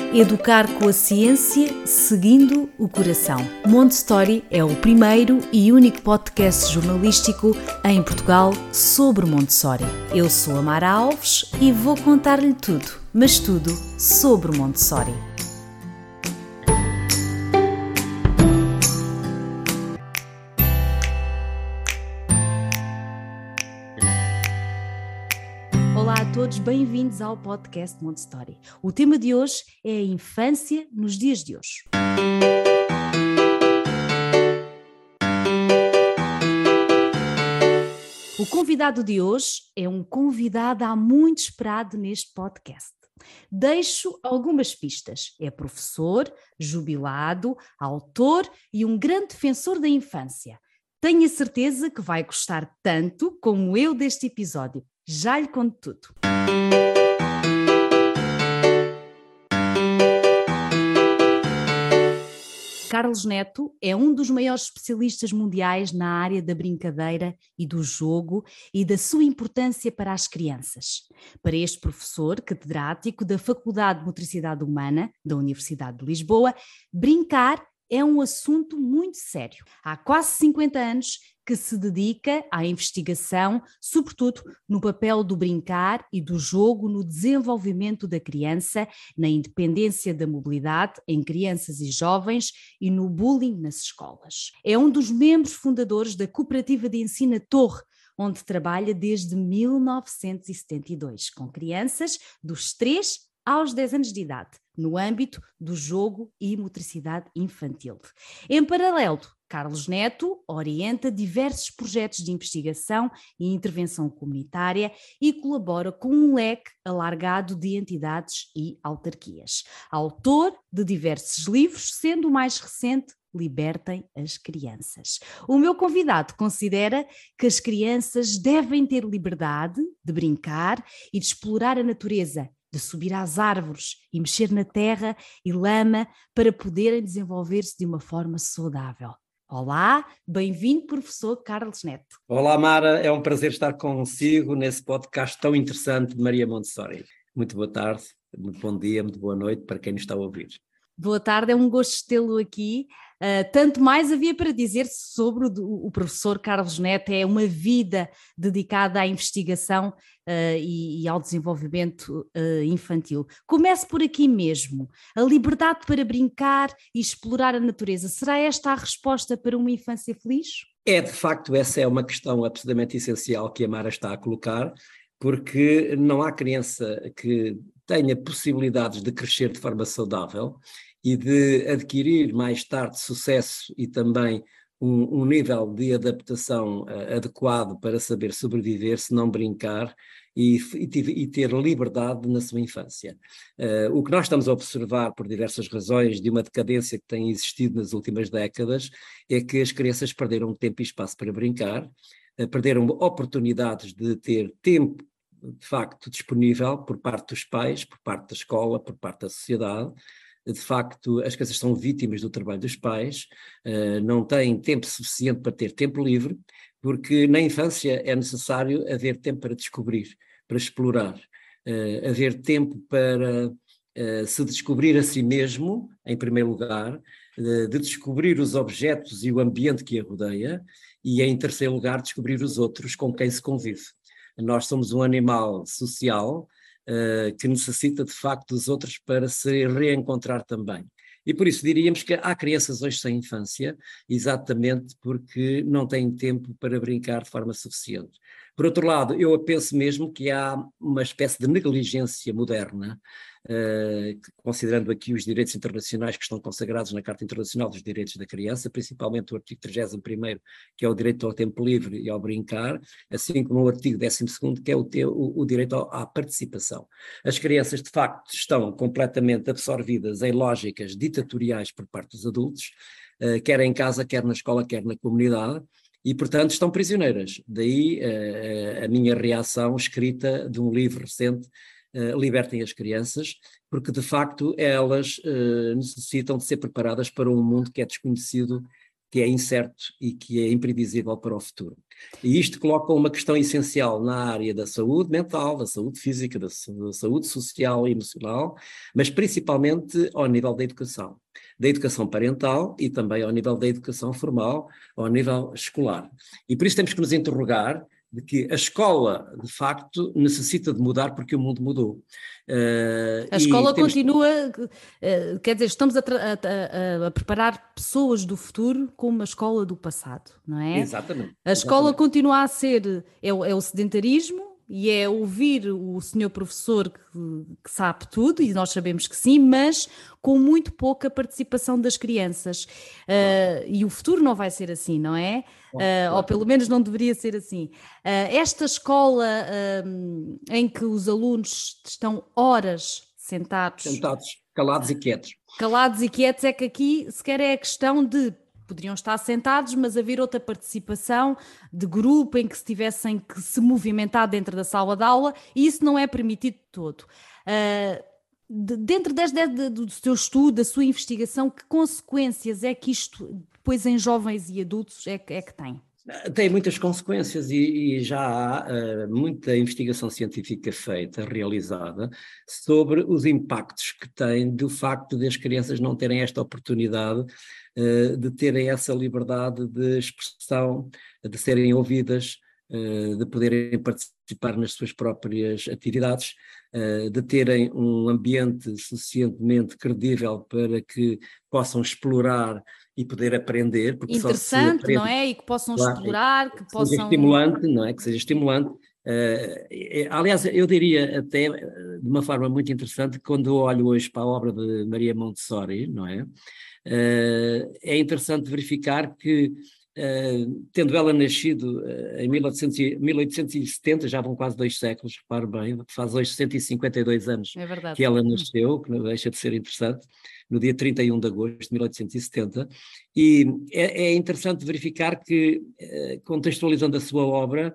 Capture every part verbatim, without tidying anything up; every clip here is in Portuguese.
Educar com a ciência, seguindo o coração. Montessori é o primeiro e único podcast jornalístico em Portugal sobre Montessori. Eu sou a Mara Alves e vou contar-lhe tudo, mas tudo sobre Montessori. Olá a todos, bem-vindos ao podcast Montessori. O tema de hoje é a infância nos dias de hoje. O convidado de hoje é um convidado há muito esperado neste podcast. Deixo algumas pistas. É professor, jubilado, autor e um grande defensor da infância. Tenho a certeza que vai gostar tanto como eu deste episódio. Já lhe conto tudo. Carlos Neto é um dos maiores especialistas mundiais na área da brincadeira e do jogo e da sua importância para as crianças. Para este professor catedrático da Faculdade de Motricidade Humana da Universidade de Lisboa, brincar é um assunto muito sério. Há quase cinquenta anos que se dedica à investigação, sobretudo no papel do brincar e do jogo no desenvolvimento da criança, na independência da mobilidade em crianças e jovens e no bullying nas escolas. É um dos membros fundadores da Cooperativa de Ensino A Torre, onde trabalha desde mil novecentos e setenta e dois, com crianças dos três aos dez anos de idade, no âmbito do jogo e motricidade infantil. Em paralelo, Carlos Neto orienta diversos projetos de investigação e intervenção comunitária e colabora com um leque alargado de entidades e autarquias. Autor de diversos livros, sendo o mais recente Libertem as Crianças. O meu convidado considera que as crianças devem ter liberdade de brincar e de explorar a natureza, de subir às árvores e mexer na terra e lama para poderem desenvolver-se de uma forma saudável. Olá, bem-vindo, professor Carlos Neto. Olá, Mara, é um prazer estar consigo nesse podcast tão interessante de Maria Montessori. Muito boa tarde, muito bom dia, muito boa noite para quem nos está a ouvir. Boa tarde, é um gosto tê-lo aqui. Uh, tanto mais havia para dizer sobre o, o professor Carlos Neto. É uma vida dedicada à investigação uh, e, e ao desenvolvimento uh, infantil. Comece por aqui mesmo. A liberdade para brincar e explorar a natureza. Será esta a resposta para uma infância feliz? É, de facto, essa é uma questão absolutamente essencial que a Mara está a colocar, porque não há criança que tenha possibilidades de crescer de forma saudável e de adquirir mais tarde sucesso e também um, um nível de adaptação uh, adequado para saber sobreviver se não brincar e, e, e ter liberdade na sua infância. Uh, o que nós estamos a observar por diversas razões de uma decadência que tem existido nas últimas décadas é que as crianças perderam tempo e espaço para brincar, uh, perderam oportunidades de ter tempo de facto disponível por parte dos pais, por parte da escola, por parte da sociedade. De facto, as crianças são vítimas do trabalho dos pais, uh, não têm tempo suficiente para ter tempo livre, porque na infância é necessário haver tempo para descobrir, para explorar, uh, haver tempo para uh, se descobrir a si mesmo, em primeiro lugar, uh, de descobrir os objetos e o ambiente que a rodeia, e em terceiro lugar, descobrir os outros com quem se convive. Nós somos um animal social, Uh, que necessita de facto dos outros para se reencontrar também. E por isso diríamos que há crianças hoje sem infância, exatamente porque não têm tempo para brincar de forma suficiente. Por outro lado, eu penso mesmo que há uma espécie de negligência moderna, uh, considerando aqui os direitos internacionais que estão consagrados na Carta Internacional dos Direitos da Criança, principalmente o artigo trigésimo primeiro, que é o direito ao tempo livre e ao brincar, assim como o artigo décimo segundo, que é o, te, o, o direito à participação. As crianças, de facto, estão completamente absorvidas em lógicas ditatoriais por parte dos adultos, uh, quer em casa, quer na escola, quer na comunidade, e, portanto, estão prisioneiras. Daí uh, a minha reação escrita de um livro recente, uh, Libertem as Crianças, porque, de facto, elas uh, necessitam de ser preparadas para um mundo que é desconhecido que é incerto e que é imprevisível para o futuro. E isto coloca uma questão essencial na área da saúde mental, da saúde física, da saúde social e emocional, mas principalmente ao nível da educação, da educação parental e também ao nível da educação formal, ao nível escolar. E por isso temos que nos interrogar de que a escola, de facto, necessita de mudar porque o mundo mudou. Uh, a escola temos... continua, uh, quer dizer, estamos a, a, a, a preparar pessoas do futuro como a escola do passado, não é? Exatamente. A escola exatamente. Continua a ser, é o, é o sedentarismo e é ouvir o senhor professor que, que sabe tudo, e nós sabemos que sim, mas com muito pouca participação das crianças. Uh, e o futuro não vai ser assim, não é? Uh, ou pelo menos não deveria ser assim. Uh, esta escola uh, em que os alunos estão horas sentados... Sentados, calados e quietos. Calados e quietos, é que aqui sequer é a questão de... Poderiam estar sentados, mas haver outra participação de grupo em que se tivessem que se movimentar dentro da sala de aula, e isso não é permitido de todo. Uh, de, dentro desde, desde, do seu estudo, da sua investigação, que consequências é que isto, depois em jovens e adultos, é que, é que tem? Tem muitas consequências e, e já há uh, muita investigação científica feita, realizada, sobre os impactos que tem do facto de as crianças não terem esta oportunidade uh, de terem essa liberdade de expressão, de serem ouvidas, uh, de poderem participar nas suas próprias atividades, uh, de terem um ambiente suficientemente credível para que possam explorar e poder aprender. Porque interessante, só se aprende, não é? E que possam claro, explorar, que, que possam... seja estimulante, não é? Que seja estimulante. Uh, aliás, eu diria até de uma forma muito interessante, quando olho hoje para a obra de Maria Montessori, não é? Uh, é interessante verificar que, uh, tendo ela nascido uh, em mil oitocentos e setenta, já vão quase dois séculos, repare bem, faz hoje cento e cinquenta e dois anos é que ela nasceu, que não deixa de ser interessante, no dia trinta e um de agosto de mil oitocentos e setenta, e é, é interessante verificar que, contextualizando a sua obra,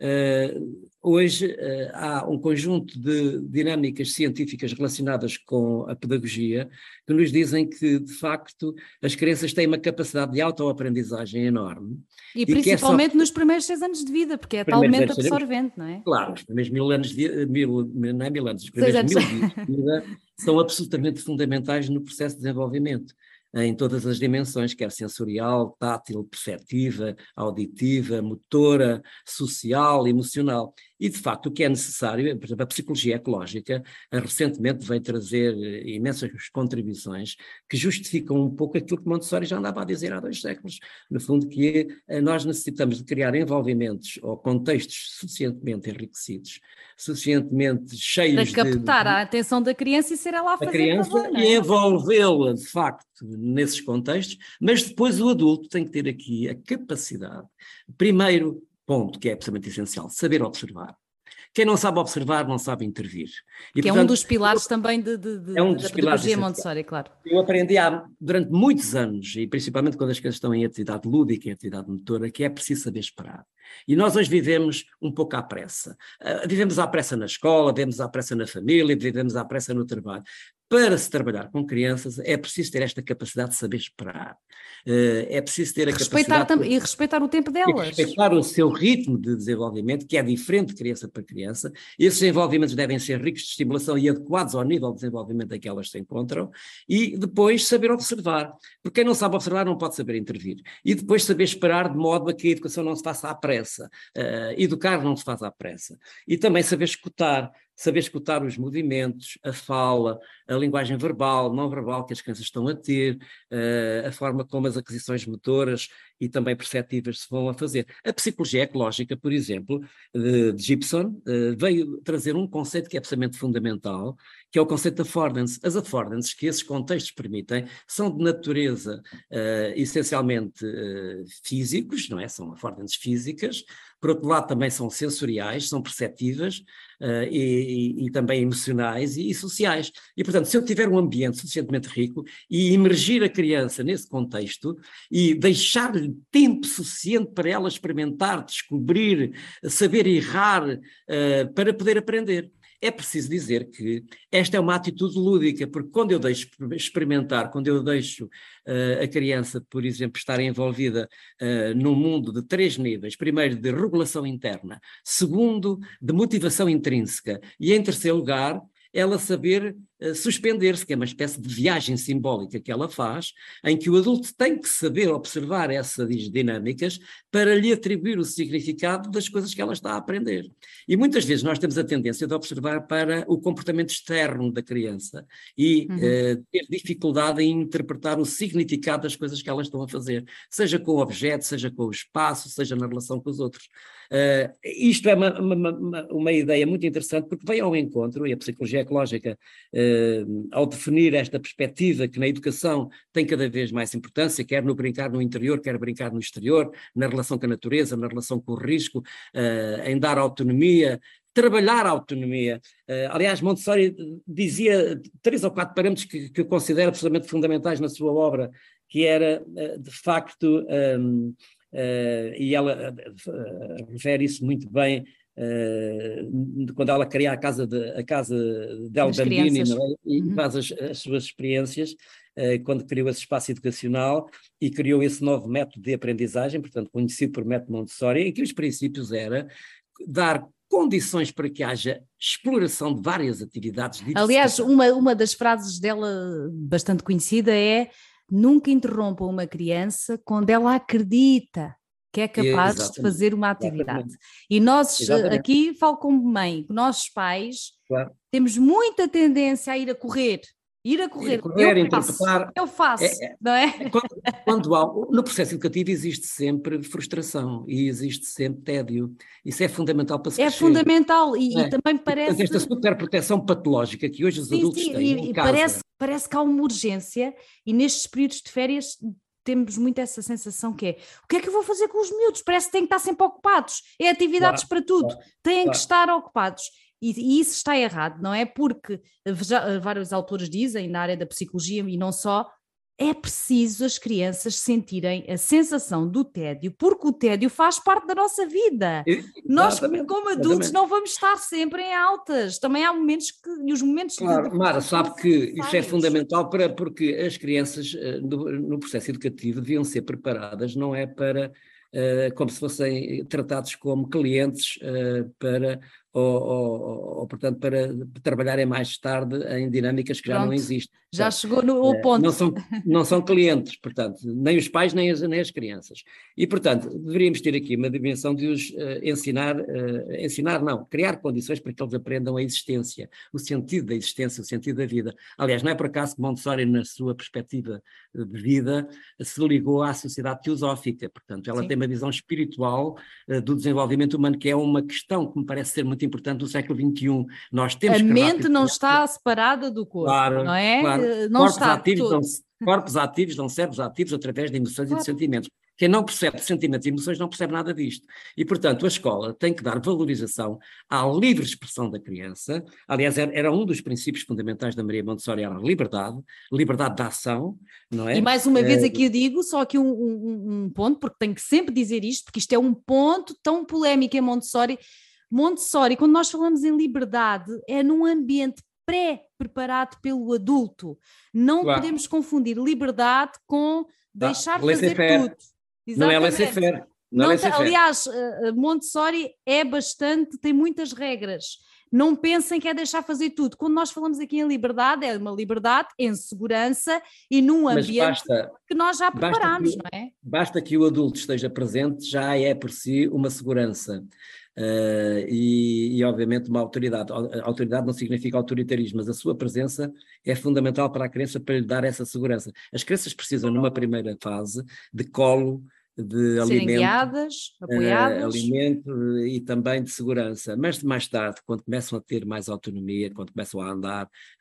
Uh, hoje uh, há um conjunto de dinâmicas científicas relacionadas com a pedagogia que nos dizem que, de facto, as crianças têm uma capacidade de autoaprendizagem enorme. E, e principalmente que é só... nos primeiros seis anos de vida, porque é talmente absorvente, não é? Claro, os primeiros mil anos de mil, não é mil anos, os primeiros mil dias de vida são absolutamente fundamentais no processo de desenvolvimento, em todas as dimensões, quer sensorial, tátil, perceptiva, auditiva, motora, social, emocional. E, de facto, o que é necessário, por exemplo, a psicologia ecológica recentemente veio trazer imensas contribuições que justificam um pouco aquilo que Montessori já andava a dizer há dois séculos, no fundo, que nós necessitamos de criar envolvimentos ou contextos suficientemente enriquecidos, suficientemente cheios de... Para captar de, de, a atenção da criança e ser ela a fazer a criança favor, não é? E envolvê-la, de facto, nesses contextos, mas depois o adulto tem que ter aqui a capacidade, primeiro ponto que é absolutamente essencial, saber observar. Quem não sabe observar não sabe intervir. E, que portanto, é um dos pilares eu, também de, de, de, é um dos da pedagogia Montessori, claro. Eu aprendi há, durante muitos anos, e principalmente quando as crianças estão em atividade lúdica, em atividade motora, que é preciso saber esperar. E nós hoje vivemos um pouco à pressa. Uh, vivemos à pressa na escola, vivemos à pressa na família, vivemos à pressa no trabalho. Para se trabalhar com crianças é preciso ter esta capacidade de saber esperar. Uh, é preciso ter a respeitar capacidade... De... E respeitar o tempo delas. E respeitar o seu ritmo de desenvolvimento, que é diferente de criança para criança. Esses desenvolvimentos devem ser ricos de estimulação e adequados ao nível de desenvolvimento em que elas se encontram. E depois saber observar. Porque quem não sabe observar não pode saber intervir. E depois saber esperar de modo a que a educação não se faça à pressa. Uh, educar não se faz à pressa. E também saber escutar. Saber escutar os movimentos, a fala, a linguagem verbal, não verbal que as crianças estão a ter, uh, a forma como as aquisições motoras e também perceptivas se vão a fazer. A psicologia ecológica, por exemplo, de, de Gibson, uh, veio trazer um conceito que é absolutamente fundamental, que é o conceito de affordances. As affordances que esses contextos permitem são de natureza uh, essencialmente uh, físicos, não é? São affordances físicas, por outro lado também são sensoriais, são perceptivas uh, e, e, e também emocionais e, e sociais. E, portanto, se eu tiver um ambiente suficientemente rico e imergir a criança nesse contexto e deixar-lhe tempo suficiente para ela experimentar, descobrir, saber errar uh, para poder aprender. é preciso dizer que esta é uma atitude lúdica, porque quando eu deixo experimentar, quando eu deixo uh, a criança, por exemplo, estar envolvida uh, num mundo de três níveis, primeiro de regulação interna, segundo de motivação intrínseca e em terceiro lugar, ela saber uh, suspender-se, que é uma espécie de viagem simbólica que ela faz, em que o adulto tem que saber observar essas dinâmicas para lhe atribuir o significado das coisas que ela está a aprender. E muitas vezes nós temos a tendência de observar para o comportamento externo da criança e uhum. uh, ter dificuldade em interpretar o significado das coisas que elas estão a fazer, seja com o objeto, seja com o espaço, seja na relação com os outros. Uh, isto é uma, uma, uma, uma ideia muito interessante porque vem ao encontro, e a psicologia ecológica, uh, ao definir esta perspectiva que na educação tem cada vez mais importância, quer no brincar no interior, quer brincar no exterior, na relação com a natureza, na relação com o risco, uh, em dar autonomia, trabalhar a autonomia. Uh, aliás, Montessori dizia três ou quatro parâmetros que, que eu considero absolutamente fundamentais na sua obra, que era, uh, de facto... Um, Uh, e ela uh, refere isso muito bem uh, quando ela cria a casa de, a casa Del Bambini, não é? E uhum. faz as, as suas experiências, uh, quando criou esse espaço educacional e criou esse novo método de aprendizagem, portanto conhecido por método Montessori, em que os princípios era dar condições para que haja exploração de várias atividades. Aliás, uma, uma das frases dela bastante conhecida é: nunca interrompa uma criança quando ela acredita que é capaz Exatamente. de fazer uma atividade. Exatamente. E nós, Exatamente. aqui, falo como mãe, nossos pais, claro. temos muita tendência a ir a correr. Ir a correr, ir a correr eu, faço, eu faço, é, é, não é? Quando, quando há, no processo educativo existe sempre frustração e existe sempre tédio. Isso é fundamental para se É crescer. fundamental e, é? e também parece... Esta superproteção patológica que hoje os sim, adultos sim, têm e, em e casa. Parece, parece que há uma urgência e nestes períodos de férias temos muito essa sensação que é: o que é que eu vou fazer com os miúdos? Parece que têm que estar sempre ocupados. É atividades claro, para tudo. Claro, têm claro. que estar ocupados. E, e isso está errado, não é? Porque já, vários autores dizem, na área da psicologia e não só, é preciso as crianças sentirem a sensação do tédio, porque o tédio faz parte da nossa vida. Exatamente, Nós, como adultos, exatamente. não vamos estar sempre em altas. Também há momentos que... E os momentos claro, de... Mara, sabe que isso é fundamental para, porque as crianças no, no processo educativo deviam ser preparadas, não é para... Uh, como se fossem tratados como clientes uh, para, ou, ou, ou, portanto, para trabalharem mais tarde em dinâmicas que Pronto, já não existem. Já portanto, chegou no uh, ponto. Não são, não são clientes, portanto, nem os pais nem as, nem as crianças. E, portanto, deveríamos ter aqui uma dimensão de os uh, ensinar, uh, ensinar não, criar condições para que eles aprendam a existência, o sentido da existência, o sentido da vida. Aliás, não é por acaso que Montessori, na sua perspectiva de vida, se ligou à sociedade teosófica, portanto, ela Sim. tem uma visão espiritual uh, do desenvolvimento humano, que é uma questão que me parece ser muito importante do século vinte e um. Nós temos a que mente não está separada do corpo, claro, não é? Claro. Não corpos, está ativos dão, corpos ativos dão cérebros ativos através de emoções claro. e de sentimentos. Quem não percebe sentimentos e emoções não percebe nada disto. E, portanto, a escola tem que dar valorização à livre expressão da criança. Aliás, era, era um dos princípios fundamentais da Maria Montessori, era a liberdade, liberdade de ação, não é? E mais uma é... vez aqui eu digo, só aqui um, um, um ponto, porque tenho que sempre dizer isto, porque isto é um ponto tão polémico em Montessori. Montessori, quando nós falamos em liberdade, é num ambiente pré-preparado pelo adulto. Não claro. podemos confundir liberdade com deixar ah, fazer tudo. Exatamente. Não é laissez-faire. Não, não é laissez-faire. Aliás, Montessori é bastante, tem muitas regras. Não pensem que é deixar fazer tudo. Quando nós falamos aqui em liberdade, é uma liberdade em segurança e num ambiente basta, que nós já preparamos, que, não é? Basta que o adulto esteja presente, já é por si uma segurança. Uh, e, e obviamente uma autoridade. A autoridade não significa autoritarismo, mas a sua presença é fundamental para a criança, para lhe dar essa segurança. As crianças precisam numa primeira fase de colo, de serem alimento, guiadas, apoiadas. Uh, alimento e também de segurança, mas mais tarde, quando começam a ter mais autonomia, quando começam a andar,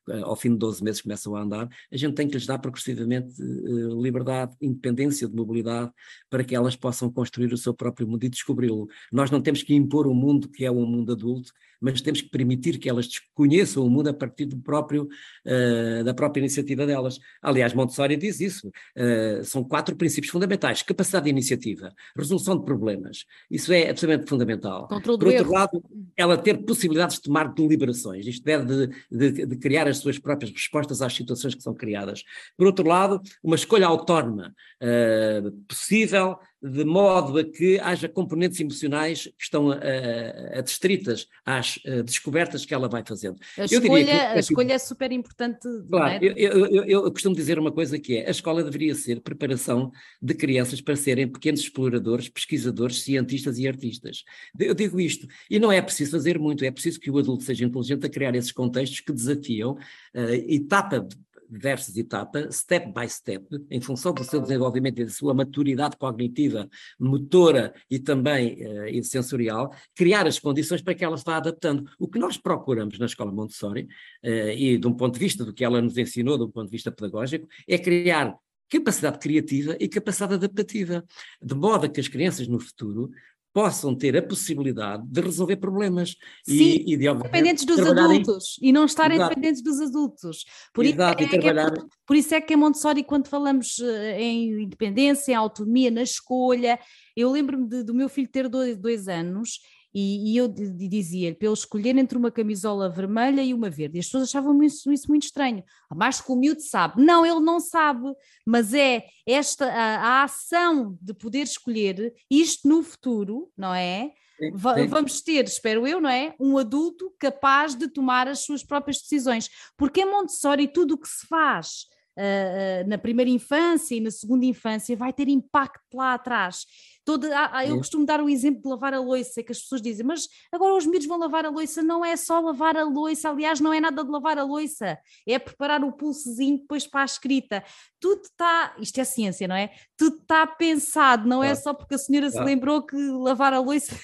ao fim de doze meses começam a andar, a gente tem que lhes dar progressivamente uh, liberdade, independência de mobilidade, para que elas possam construir o seu próprio mundo e descobri-lo. Nós não temos que impor um mundo que é um mundo adulto, mas temos que permitir que elas conheçam o mundo a partir do próprio, uh, da própria iniciativa delas. Aliás, Montessori diz isso, uh, são quatro princípios fundamentais: capacidade de iniciativa, resolução de problemas, isso é absolutamente fundamental. Controle do Por outro erro. lado, ela ter possibilidades de tomar deliberações, isto é, de, de, de criar as suas próprias respostas às situações que são criadas. Por outro lado, uma escolha autónoma, uh, possível, de modo a que haja componentes emocionais que estão uh, adstritas às uh, descobertas que ela vai fazendo. A eu escolha, diria que, a escolha é super importante. Claro, não é? eu, eu, eu costumo dizer uma coisa que é: a escola deveria ser preparação de crianças para serem pequenos exploradores, pesquisadores, cientistas e artistas. Eu digo isto, e não é preciso fazer muito, é preciso que o adulto seja inteligente a criar esses contextos que desafiam uh, etapa versus etapa, step by step, em função do seu desenvolvimento e da sua maturidade cognitiva, motora e também uh, e sensorial, criar as condições para que ela se vá adaptando. O que nós procuramos na Escola Montessori, uh, e de um ponto de vista do que ela nos ensinou, de um ponto de vista pedagógico, é criar capacidade criativa e capacidade adaptativa, de modo a que as crianças no futuro possam ter a possibilidade de resolver problemas. Sim, e, e de, dependentes dos adultos em... e não estarem Exato. dependentes dos adultos. Por, Exato, isso é, e trabalhar... que é, por isso é que em Montessori, quando falamos em independência, em autonomia, na escolha, eu lembro-me de, do meu filho ter dois, dois anos e, e eu dizia-lhe para ele escolher entre uma camisola vermelha e uma verde. E as pessoas achavam isso, isso muito estranho. Mas que o miúdo sabe. Não, ele não sabe, mas é esta a, a ação de poder escolher isto no futuro, não é? Sim, Va- sim. Vamos ter, espero eu, não é? Um adulto capaz de tomar as suas próprias decisões. Porque em Montessori tudo o que se faz uh, uh, na primeira infância e na segunda infância vai ter impacto lá atrás. Toda, ah, eu costumo dar o exemplo de lavar a louça, que as pessoas dizem, mas agora os miúdos vão lavar a louça. Não é só lavar a louça, aliás, não é nada de lavar a louça, é preparar o pulsozinho depois para a escrita. Tudo está, isto é ciência, não é? Tudo está pensado, não é só porque a senhora se lembrou que lavar a louça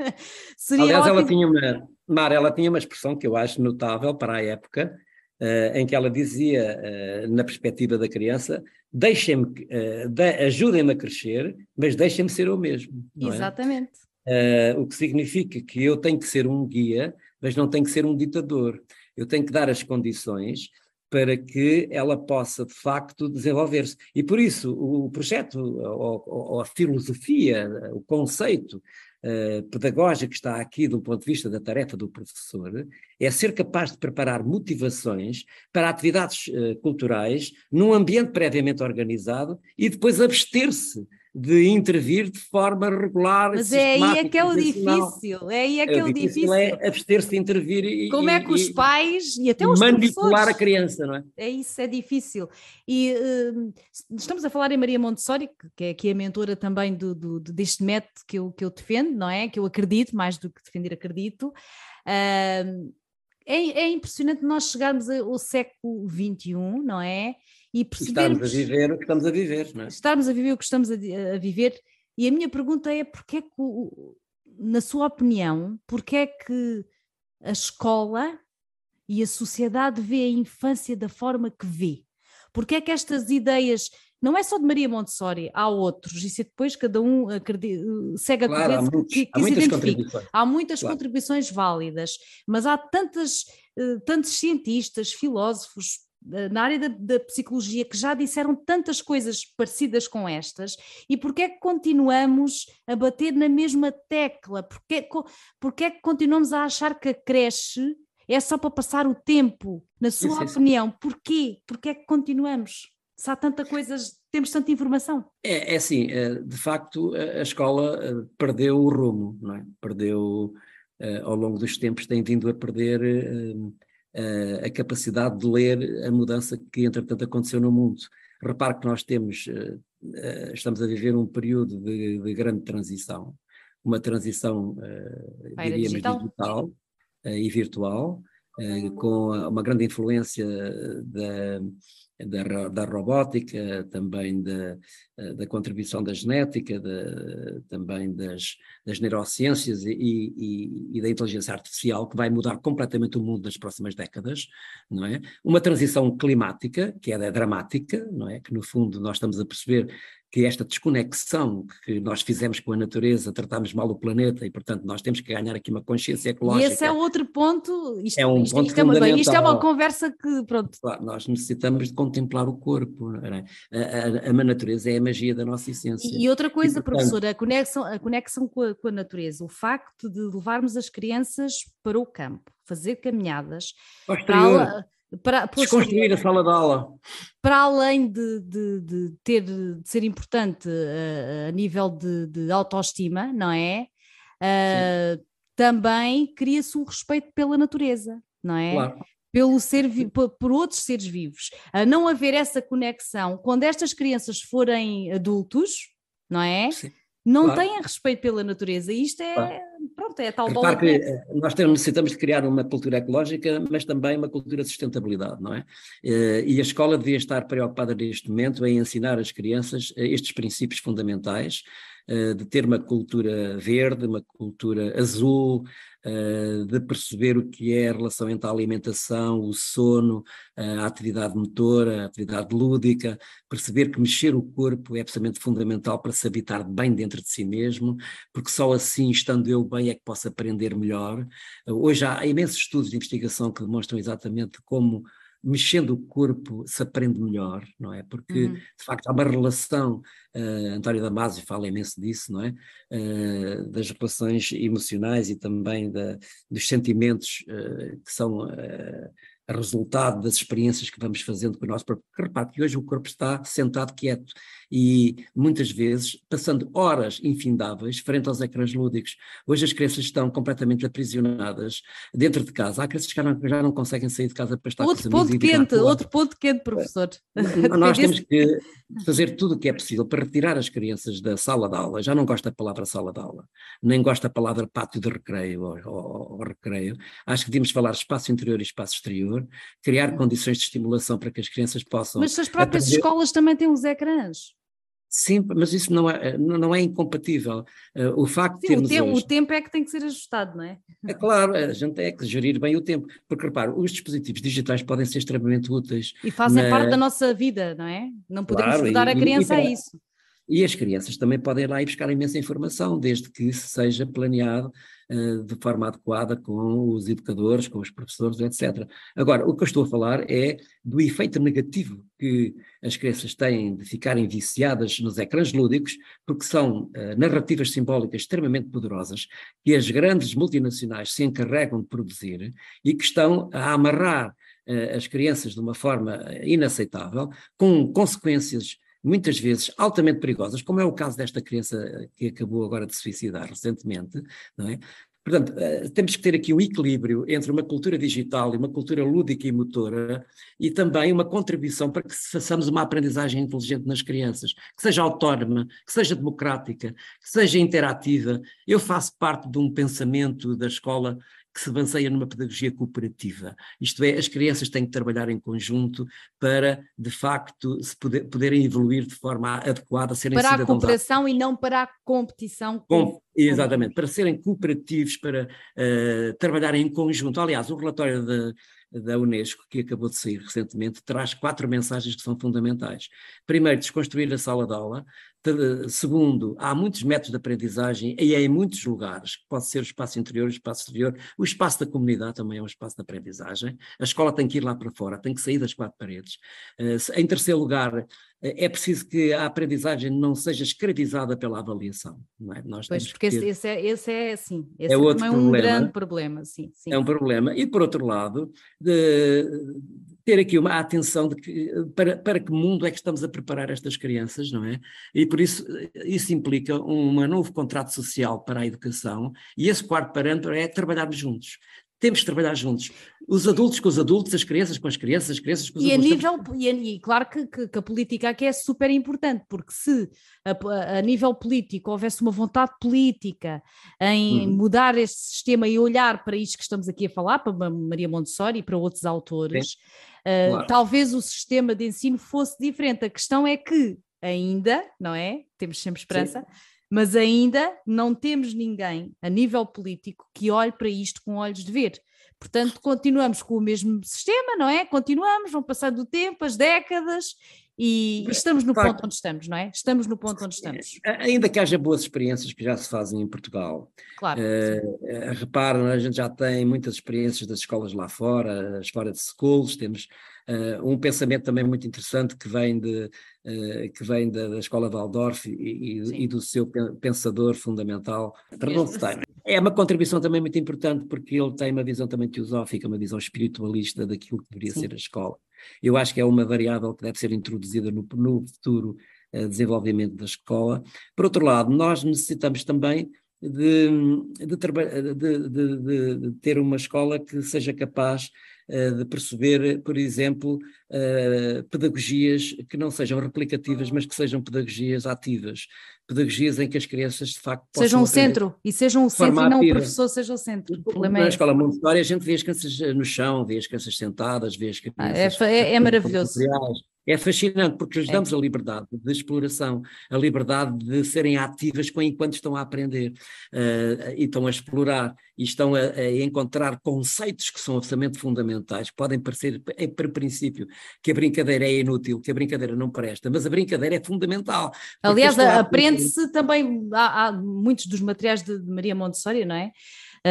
seria Aliás, ótimo. ela tinha uma, Mara, ela tinha uma expressão que eu acho notável para a época, uh, em que ela dizia, uh, na perspectiva da criança, deixem-me, uh, de, ajudem-me a crescer, mas deixem-me ser eu mesmo. Não Exatamente. É? Uh, o que significa que eu tenho que ser um guia, mas não tenho que ser um ditador. Eu tenho que dar as condições para que ela possa, de facto, desenvolver-se. E por isso, o projeto, ou, ou a filosofia, o conceito uh, pedagógico que está aqui do ponto de vista da tarefa do professor, é ser capaz de preparar motivações para atividades uh, culturais num ambiente previamente organizado e depois abster-se de intervir de forma regular Mas e é aí é sistemática. que é o difícil, é aí é que é o difícil. É abster-se de intervir e, Como é que os e, pais e até e os manipular professores... a criança, não é? É isso, é difícil. E uh, estamos a falar em Maria Montessori, que é, que é a mentora também do, do, deste método que eu, que eu defendo, não é? Que eu acredito, mais do que defender, acredito. Uh, é, é impressionante nós chegarmos ao século vinte e um, não é? E percebermos... Estarmos a viver o que estamos a viver, não é? Estarmos a viver o que estamos a, a viver. E a minha pergunta é, porque é que, na sua opinião, porque é que a escola e a sociedade vê a infância da forma que vê? Porque é que estas ideias, não é só de Maria Montessori, há outros, e se depois cada um acredita, segue a Claro, há, corrente muitos, que, que há se muitas identifique. contribuições. Há muitas Claro. contribuições válidas, mas há tantas, tantos cientistas, filósofos, na área da, da psicologia, que já disseram tantas coisas parecidas com estas, e porque é que continuamos a bater na mesma tecla? Porque, porque é que continuamos a achar que a creche é só para passar o tempo? Na sua Sim, sim, opinião, porquê? Porque é que continuamos? Se há tanta coisa, temos tanta informação. É, é assim, de facto a escola perdeu o rumo, não é? Perdeu, ao longo dos tempos tem vindo a perder a capacidade de ler a mudança que entretanto aconteceu no mundo. Repare que nós temos, estamos a viver um período de, de grande transição, uma transição, diríamos, digital, digital e virtual, com uma grande influência da, da, da robótica, também da, da contribuição da genética, da, também das, das neurociências e, e, e da inteligência artificial, que vai mudar completamente o mundo nas próximas décadas, não é? Uma transição climática, que é dramática, não é? Que no fundo nós estamos a perceber que esta desconexão que nós fizemos com a natureza, tratámos mal o planeta e, portanto, nós temos que ganhar aqui uma consciência ecológica. E esse é outro ponto, isto é um isto, ponto isto, é uma, bem, isto é uma conversa que, pronto... Claro, nós necessitamos de contemplar o corpo, não é? a, a, a natureza é a magia da nossa essência. E, e outra coisa, e, portanto, professora, a conexão, a conexão com, a, com a natureza, o facto de levarmos as crianças para o campo, fazer caminhadas, para... Para, desconstruir a sala de aula. Para além de, de, de ter de ser importante uh, a nível de, de autoestima, não é? Uh, também cria-se um respeito pela natureza, não é? Claro. Pelo ser, por, por outros seres vivos. A não haver essa conexão, quando estas crianças forem adultos, não é? Sim. Não Claro. têm respeito pela natureza. E isto é, claro. pronto, é a tal bola que nós necessitamos de criar uma cultura ecológica, mas também uma cultura de sustentabilidade, não é? E a escola devia estar preocupada neste momento em ensinar às crianças estes princípios fundamentais, de ter uma cultura verde, uma cultura azul, de perceber o que é a relação entre a alimentação, o sono, a atividade motora, a atividade lúdica, perceber que mexer o corpo é absolutamente fundamental para se habitar bem dentro de si mesmo, porque só assim, estando eu bem, é que posso aprender melhor. Hoje há imensos estudos de investigação que demonstram exatamente como mexendo o corpo se aprende melhor, não é? Porque, uhum. de facto, há uma relação, uh, António Damasio fala imenso disso, não é? Uh, das relações emocionais e também da, dos sentimentos uh, que são uh, a resultado das experiências que vamos fazendo com o nosso corpo. Porque repare que hoje o corpo está sentado quieto e muitas vezes passando horas infindáveis frente aos ecrãs lúdicos. Hoje as crianças estão completamente aprisionadas dentro de casa. Há crianças que já não, já não conseguem sair de casa para estar outro com os amigos. Ponto quente, outro ponto quente, professor. Nós temos que fazer tudo o que é possível para retirar as crianças da sala de aula. Já não gosto da palavra sala de aula, nem gosto da palavra pátio de recreio ou, ou, ou recreio. Acho que devíamos falar espaço interior e espaço exterior, criar condições de estimulação para que as crianças possam... Mas as próprias aprender... escolas também têm os ecrãs. Sim, mas isso não é, não é incompatível. Uh, o facto Sim, de termos o, tempo, hoje... o tempo é que tem que ser ajustado, não é? É claro, a gente tem que gerir bem o tempo, porque repare, os dispositivos digitais podem ser extremamente úteis. E fazem na... parte da nossa vida, não é? Não podemos claro, mudar e, a criança e, e a isso. E as crianças também podem ir lá e buscar imensa informação, desde que seja planeado uh, de forma adequada com os educadores, com os professores, etcétera. Agora, o que eu estou a falar é do efeito negativo que as crianças têm de ficarem viciadas nos ecrãs lúdicos, porque são uh, narrativas simbólicas extremamente poderosas que as grandes multinacionais se encarregam de produzir e que estão a amarrar uh, as crianças de uma forma inaceitável, com consequências muitas vezes altamente perigosas, como é o caso desta criança que acabou agora de se suicidar recentemente, não é? Portanto, temos que ter aqui um equilíbrio entre uma cultura digital e uma cultura lúdica e motora e também uma contribuição para que façamos uma aprendizagem inteligente nas crianças, que seja autónoma, que seja democrática, que seja interativa. Eu faço parte de um pensamento da escola que se baseia numa pedagogia cooperativa, isto é, as crianças têm que trabalhar em conjunto para, de facto, se poder, poderem evoluir de forma adequada, serem para cidadãos... Para a cooperação e não para a competição. Com, exatamente, para serem cooperativos, para uh, trabalharem em conjunto. Aliás, o relatório da, da Unesco, que acabou de sair recentemente, traz quatro mensagens que são fundamentais. Primeiro, desconstruir a sala de aula. Segundo, há muitos métodos de aprendizagem e em muitos lugares, que pode ser o espaço interior, o espaço exterior, o espaço da comunidade também é um espaço de aprendizagem. A escola tem que ir lá para fora, tem que sair das quatro paredes. Em terceiro lugar, é preciso que a aprendizagem não seja escravizada pela avaliação. Não é? Nós pois, porque ter... esse, é, esse é, sim, esse é, é outro também problema. um grande problema. Sim, sim. É um problema. E, por outro lado, de ter aqui uma atenção de que, para, para que mundo é que estamos a preparar estas crianças, não é? E por isso, isso implica um novo contrato social para a educação, e esse quarto parâmetro é trabalharmos juntos. temos que trabalhar juntos. Os adultos com os adultos, as crianças com as crianças, as crianças com os e adultos. A nível, temos... e, a, e claro que, que, que a política aqui é super importante, porque se a, a nível político houvesse uma vontade política em uhum. mudar este sistema e olhar para isto que estamos aqui a falar, para Maria Montessori e para outros autores, uh, claro. talvez o sistema de ensino fosse diferente. A questão é que ainda, não é? Temos sempre esperança, Sim. mas ainda não temos ninguém a nível político que olhe para isto com olhos de ver. Portanto, continuamos com o mesmo sistema, não é? Continuamos, vão passando o tempo, as décadas, e, e estamos no ponto onde estamos, não é? Estamos no ponto onde estamos. Ainda que haja boas experiências que já se fazem em Portugal. Claro. Uh, reparam, a gente já tem muitas experiências das escolas lá fora, as fora de schools, temos uh, um pensamento também muito interessante que vem, de, uh, que vem da, da escola de Waldorf e, e, e do seu pensador fundamental, Rudolf Steiner. É uma contribuição também muito importante porque ele tem uma visão também teosófica, uma visão espiritualista daquilo que deveria Sim. ser a escola. Eu acho que é uma variável que deve ser introduzida no, no futuro uh, desenvolvimento da escola. Por outro lado, nós necessitamos também de, de, de, de, de, de ter uma escola que seja capaz uh, de perceber, por exemplo, uh, pedagogias que não sejam replicativas, mas que sejam pedagogias ativas. Pedagogias em que as crianças de facto possam sejam o centro, e sejam o centro e não ativa. o professor seja o centro. O problema Na é escola Montessori a gente vê as crianças no chão, vê as crianças sentadas, vê as crianças... Ah, é, é, é maravilhoso. É fascinante porque lhes É. damos a liberdade de exploração, a liberdade de serem ativas enquanto estão a aprender uh, e estão a explorar e estão a, a encontrar conceitos que são absolutamente fundamentais. Podem parecer, é, para princípio, que a brincadeira é inútil, que a brincadeira não presta, mas a brincadeira é fundamental. Aliás, aprende-se também, há, há muitos dos materiais de Maria Montessori, não é?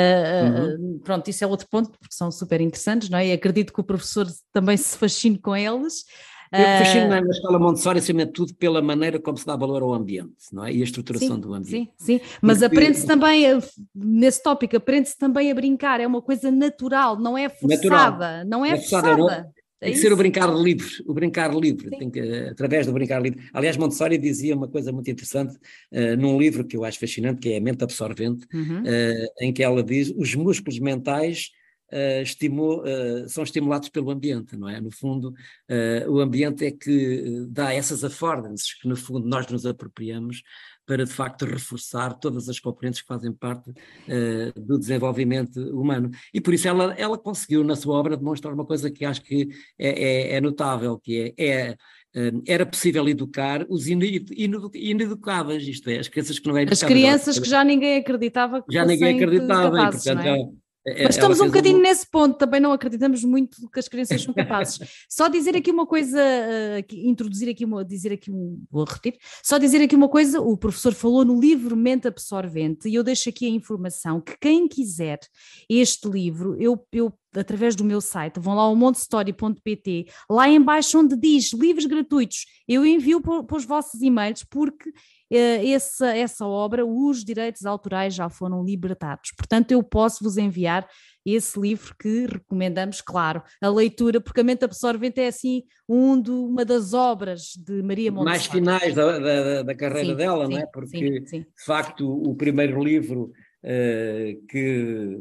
Uh, uhum. uh, pronto, isso é outro ponto, porque são super interessantes, não é? E acredito que o professor também se fascine com eles. Eu fascino-me na escola Montessori, acima de tudo, pela maneira como se dá valor ao ambiente, não é? E a estruturação sim, do ambiente. Sim, sim, mas Porque... aprende-se também, nesse tópico, aprende-se também a brincar, é uma coisa natural, não é forçada, natural. não é, é forçada. forçada. Não. Tem que é ser o brincar livre, o brincar livre, tem que, através do brincar livre. Aliás, Montessori dizia uma coisa muito interessante uh, num livro que eu acho fascinante, que é A Mente Absorvente, uhum. uh, em que ela diz os músculos mentais Uh, estimu, uh, são estimulados pelo ambiente, não é? No fundo, uh, o ambiente é que dá essas affordances que, no fundo, nós nos apropriamos para, de facto, reforçar todas as componentes que fazem parte uh, do desenvolvimento humano. E, por isso, ela, ela conseguiu, na sua obra, demonstrar uma coisa que acho que é, é, é notável, que é... é era possível educar os ineducáveis, isto é, as crianças que não eram educadas. As crianças que já ninguém acreditava que já ninguém acreditava, capazes, e, portanto, não é? ela, Mas estamos um bocadinho um... nesse ponto, também não acreditamos muito que as crianças são capazes. Só dizer aqui uma coisa, uh, introduzir aqui uma, dizer aqui um, vou repetir, só dizer aqui uma coisa, o professor falou no livro Mente Absorvente e eu deixo aqui a informação que quem quiser este livro, eu, eu através do meu site, vão lá ao montessori ponto pt, lá em baixo onde diz livros gratuitos, eu envio para, para os vossos e-mails porque Essa, essa obra, os direitos autorais já foram libertados. Portanto, eu posso vos enviar esse livro que recomendamos, claro, a leitura, porque a Mente Absorvente é assim um do, uma das obras de Maria Montessori. Mais finais da, da, da carreira sim, dela, sim, não é? Porque, sim, sim. de facto, o primeiro livro uh, que,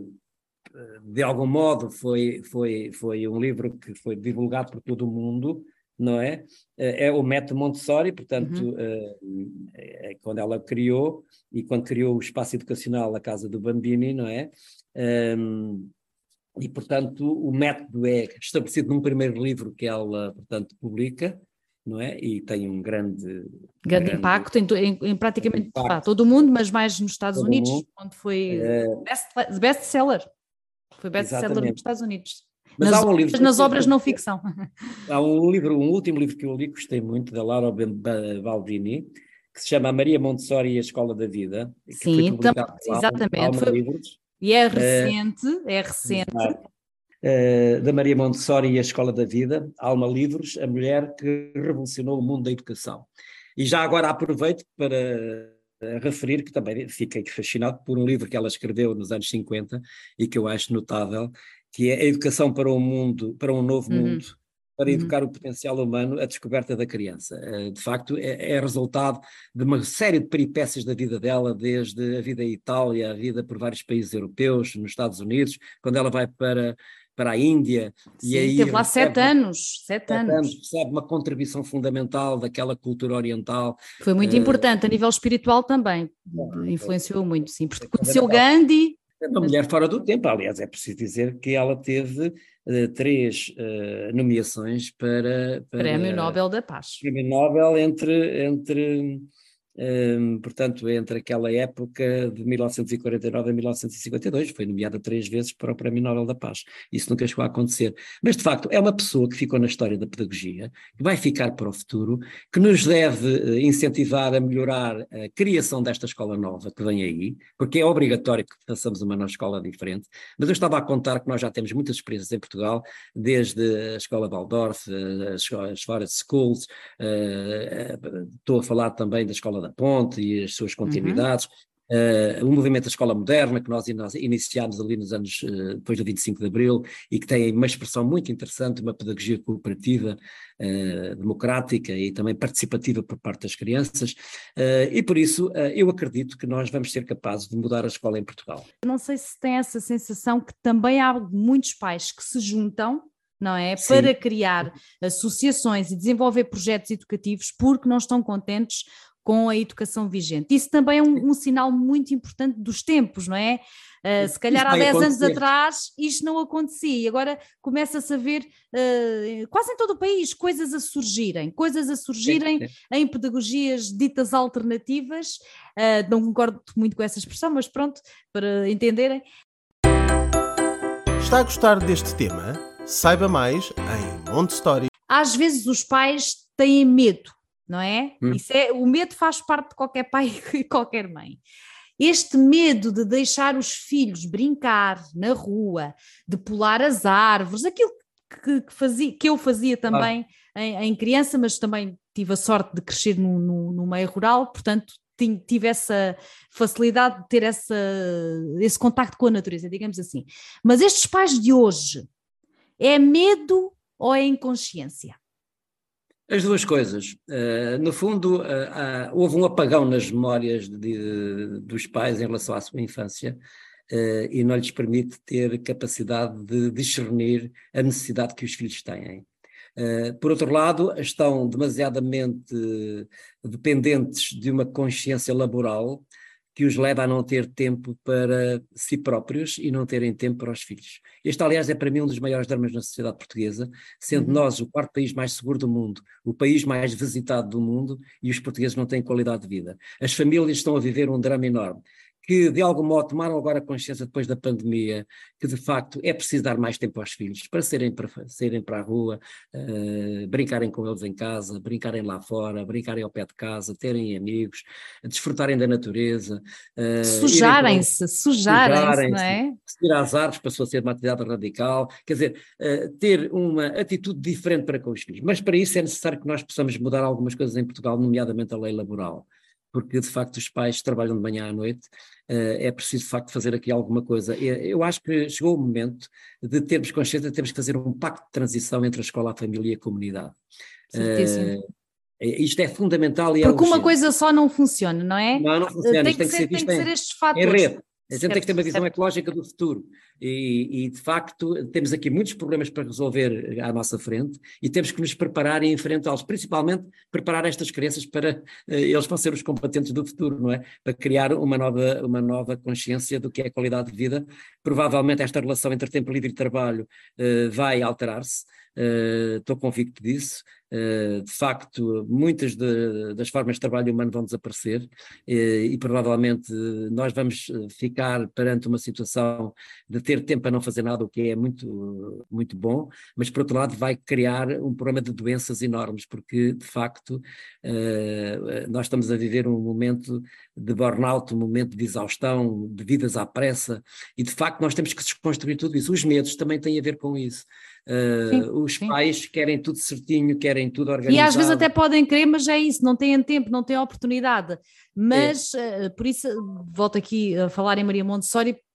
de algum modo, foi, foi, foi um livro que foi divulgado por todo o mundo, não é? É o método Montessori, portanto, uhum. é quando ela criou, e quando criou o espaço educacional, a Casa do Bambini, não é? Um, e, portanto, o método é estabelecido num primeiro livro que ela, portanto, publica, não é? E tem um grande... Grande, grande impacto em, em, em praticamente impacto. Pá, todo o mundo, mas mais nos Estados todo Unidos, mundo. Onde foi uh, best, best-seller. Foi best-seller nos Estados Unidos. Mas nas, há um livro, nas obras não ficção. Há um livro, um último livro que eu li, gostei muito, da Laura Baldini, que se chama Maria Montessori e a Escola da Vida, que Sim, foi publicado tam, exatamente. Alma Foi, Livros. E é recente, uh, é recente. Uh, da Maria Montessori e a Escola da Vida, Alma Livros, a mulher que revolucionou o mundo da educação. E já agora aproveito para referir que também fiquei fascinado por um livro que ela escreveu nos anos cinquenta e que eu acho notável, que é A Educação para um Mundo, para um Novo uhum. Mundo, para educar uhum. o potencial humano, a descoberta da criança. De facto, é, é resultado de uma série de peripécias da vida dela, desde a vida em Itália, a vida por vários países europeus, nos Estados Unidos, quando ela vai para, para a Índia. Sim, e aí teve lá sete anos, sete, sete anos. anos. Recebe uma contribuição fundamental daquela cultura oriental. Foi muito uh, importante, a nível espiritual também, bom, influenciou é, muito, sim, porque conheceu Gandhi. É uma mulher fora do tempo, aliás, é preciso dizer que ela teve uh, três uh, nomeações para, para... Prémio Nobel da Paz. Prémio Nobel entre, entre um, portanto, entre aquela época de mil novecentos e quarenta e nove a mil novecentos e cinquenta e dois, foi nomeada três vezes para o Prémio Nobel da Paz. Isso nunca chegou a acontecer. Mas, de facto, é uma pessoa que ficou na história da pedagogia, que vai ficar para o futuro, que nos deve uh, incentivar a melhorar a criação desta escola nova que vem aí, porque é obrigatório que façamos uma nova escola diferente. Mas eu estava a contar que nós já temos muitas experiências em Portugal, desde a Escola Waldorf, as, as Forest Schools, uh, uh, estou a falar também da Escola da Ponte e as suas continuidades, uhum. uh, o movimento da Escola Moderna, que nós iniciámos ali nos anos, uh, depois do vinte e cinco de Abril, e que tem uma expressão muito interessante, uma pedagogia cooperativa, uh, democrática e também participativa por parte das crianças, uh, e por isso uh, eu acredito que nós vamos ser capazes de mudar a escola em Portugal. Não sei se tem essa sensação que também há muitos pais que se juntam, não é? Sim. Para criar associações e desenvolver projetos educativos porque não estão contentes com a educação vigente. Isso também é um, um sinal muito importante dos tempos, não é? Uh, se calhar há dez anos atrás isto não acontecia e agora começa-se a ver uh, quase em todo o país coisas a surgirem, coisas a surgirem é, é. em pedagogias ditas alternativas, uh, não concordo muito com essa expressão, mas pronto, para entenderem. Está a gostar deste tema? Saiba mais em Montessori. Às vezes os pais têm medo, não é? Hum. Isso é? O medo faz parte de qualquer pai e qualquer mãe. Este medo de deixar os filhos brincar na rua, de pular as árvores, aquilo que, que, fazia, que eu fazia também ah. em, em criança, mas também tive a sorte de crescer no, no, no meio rural, portanto tive essa facilidade de ter essa, esse contacto com a natureza, digamos assim. Mas estes pais de hoje, é medo ou é inconsciência? As duas coisas. Uh, no fundo, uh, uh, houve um apagão nas memórias de, de, dos pais em relação à sua infância uh, e não lhes permite ter capacidade de discernir a necessidade que os filhos têm. Uh, por outro lado, estão demasiadamente dependentes de uma consciência laboral que os leva a não ter tempo para si próprios e não terem tempo para os filhos. Este, aliás, é para mim um dos maiores dramas na sociedade portuguesa, sendo uhum. nós o quarto país mais seguro do mundo, o país mais visitado do mundo, e os portugueses não têm qualidade de vida. As famílias estão a viver um drama enorme, que de algum modo tomaram agora consciência depois da pandemia, que de facto é preciso dar mais tempo aos filhos, para saírem para, saírem para a rua, uh, brincarem com eles em casa, brincarem lá fora, brincarem ao pé de casa, terem amigos, desfrutarem da natureza. Uh, sujarem-se, sujarem-se, não é? Seguir às árvores passou a ser uma atividade radical, quer dizer, uh, ter uma atitude diferente para com os filhos. Mas para isso é necessário que nós possamos mudar algumas coisas em Portugal, nomeadamente a lei laboral, porque de facto os pais trabalham de manhã à noite, uh, é preciso de facto fazer aqui alguma coisa. Eu acho que chegou o momento de termos consciência de termos que fazer um pacto de transição entre a escola, a família e a comunidade. Certíssimo. Uh, isto é fundamental e é Porque urgente. Uma coisa só não funciona, não é? Não, não funciona. Tem, Isto tem que ser, tem que em, ser estes fatores. Em rede. A gente certo, tem que ter uma visão certo. ecológica do futuro e, e, de facto, temos aqui muitos problemas para resolver à nossa frente e temos que nos preparar e enfrentá-los, principalmente preparar estas crianças para, eles vão ser os combatentes do futuro, não é? Para criar uma nova, uma nova consciência do que é a qualidade de vida. Provavelmente esta relação entre tempo livre e trabalho uh, vai alterar-se, uh, estou convicto disso. Uh, de facto, muitas de, das formas de trabalho humano vão desaparecer uh, e provavelmente nós vamos ficar perante uma situação de ter tempo para não fazer nada, o que é muito, muito bom, mas por outro lado vai criar um problema de doenças enormes, porque de facto uh, nós estamos a viver um momento de burnout, um momento de exaustão, de vidas à pressa, e de facto nós temos que desconstruir tudo isso. Os medos também têm a ver com isso. Uh, sim, os sim. pais querem tudo certinho, querem tudo organizado. E às vezes até podem querer, mas é isso, não têm tempo, não têm oportunidade. Mas, é. uh, por isso, volto aqui a falar em Maria Montessori,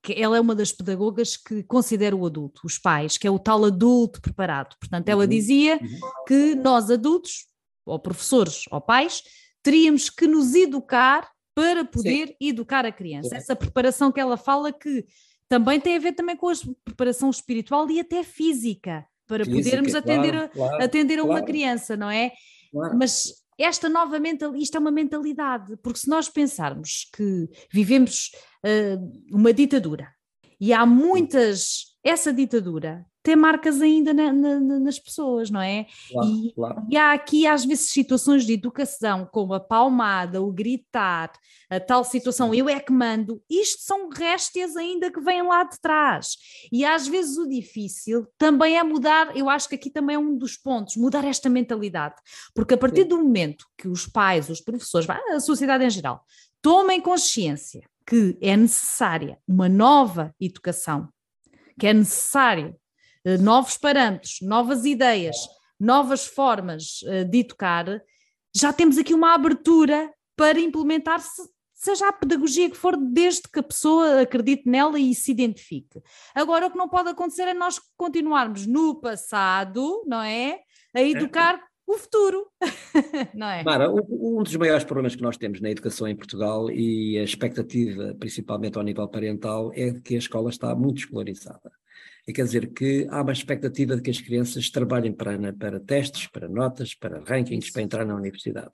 que ela é uma das pedagogas que considera o adulto, os pais, que é o tal adulto preparado. Portanto, ela dizia que nós adultos, ou professores, ou pais, teríamos que nos educar para poder Sim. educar a criança. Sim. Essa preparação que ela fala que também tem a ver também com a preparação espiritual e até física, para física, podermos atender, claro, a, claro, atender a uma claro. criança, não é? Claro. Mas esta nova mentalidade, isto é uma mentalidade, porque se nós pensarmos que vivemos uh, uma ditadura e há muitas, essa ditadura tem marcas ainda na, na, nas pessoas, não é? Claro, e, claro. e há aqui às vezes situações de educação como a palmada, o gritar, a tal situação, eu é que mando, isto são réstias ainda que vêm lá de trás. E às vezes o difícil também é mudar, eu acho que aqui também é um dos pontos, mudar esta mentalidade, porque a partir Sim. do momento que os pais, os professores, a sociedade em geral, tomem consciência que é necessária uma nova educação, que é necessário novos parâmetros, novas ideias, novas formas de educar, já temos aqui uma abertura para implementar, seja a pedagogia que for, desde que a pessoa acredite nela e se identifique. Agora, o que não pode acontecer é nós continuarmos no passado, não é? A educar é. o futuro, não é? Mara, um dos maiores problemas que nós temos na educação em Portugal e a expectativa, principalmente ao nível parental, é de que a escola está muito escolarizada. E quer dizer que há uma expectativa de que as crianças trabalhem para, para testes, para notas, para rankings, para entrar na universidade.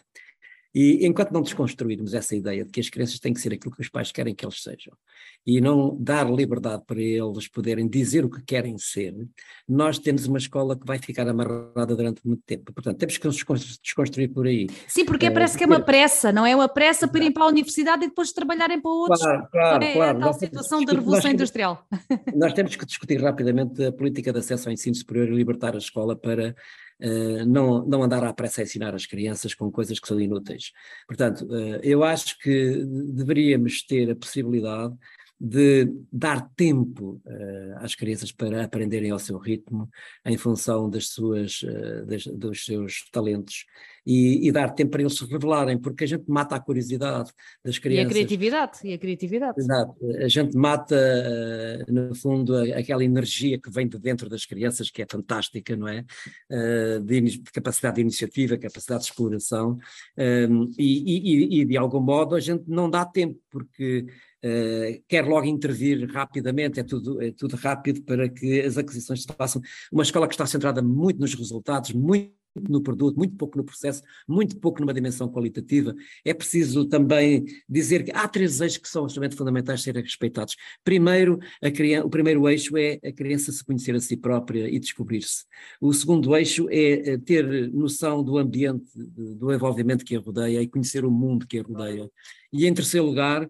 E enquanto não desconstruirmos essa ideia de que as crianças têm que ser aquilo que os pais querem que eles sejam, e não dar liberdade para eles poderem dizer o que querem ser, nós temos uma escola que vai ficar amarrada durante muito tempo. Portanto, temos que nos desconstruir por aí. Sim, porque uh, parece que é uma pressa, não é? Uma pressa para irem para a universidade e depois trabalharem para outros. Claro, claro, é claro. a tal situação da revolução industrial. Nós temos que discutir rapidamente a política de acesso ao ensino superior e libertar a escola para Uh, não, não andar à pressa a ensinar as crianças com coisas que são inúteis. Portanto, uh, eu acho que deveríamos ter a possibilidade de dar tempo uh, às crianças para aprenderem ao seu ritmo, em função das suas, uh, das, dos seus talentos, e, e dar tempo para eles se revelarem, porque a gente mata a curiosidade das crianças. E a criatividade, e a criatividade. Exato, a gente mata, uh, no fundo, a, aquela energia que vem de dentro das crianças, que é fantástica, não é? Uh, de, de capacidade de iniciativa, capacidade de exploração, um, e, e, e de algum modo a gente não dá tempo, porque Uh, quer logo intervir rapidamente, é tudo, é tudo rápido para que as aquisições se façam. Uma escola que está centrada muito nos resultados, muito no produto, muito pouco no processo, muito pouco numa dimensão qualitativa. É preciso também dizer que há três eixos que são absolutamente fundamentais de serem respeitados. Primeiro, a criança, o primeiro eixo é a criança se conhecer a si própria e descobrir-se. O segundo eixo é ter noção do ambiente, do envolvimento que a rodeia e conhecer o mundo que a rodeia. E, em terceiro lugar,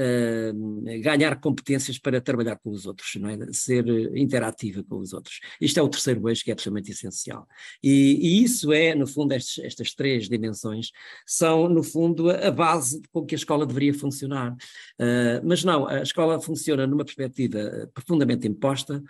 uh, ganhar competências para trabalhar com os outros, não é? Ser interativa com os outros. Isto é o terceiro eixo que é absolutamente essencial. E, e isso é, no fundo, estes, estas três dimensões são, no fundo, a base com que a escola deveria funcionar. Uh, mas não, a escola funciona numa perspectiva profundamente imposta,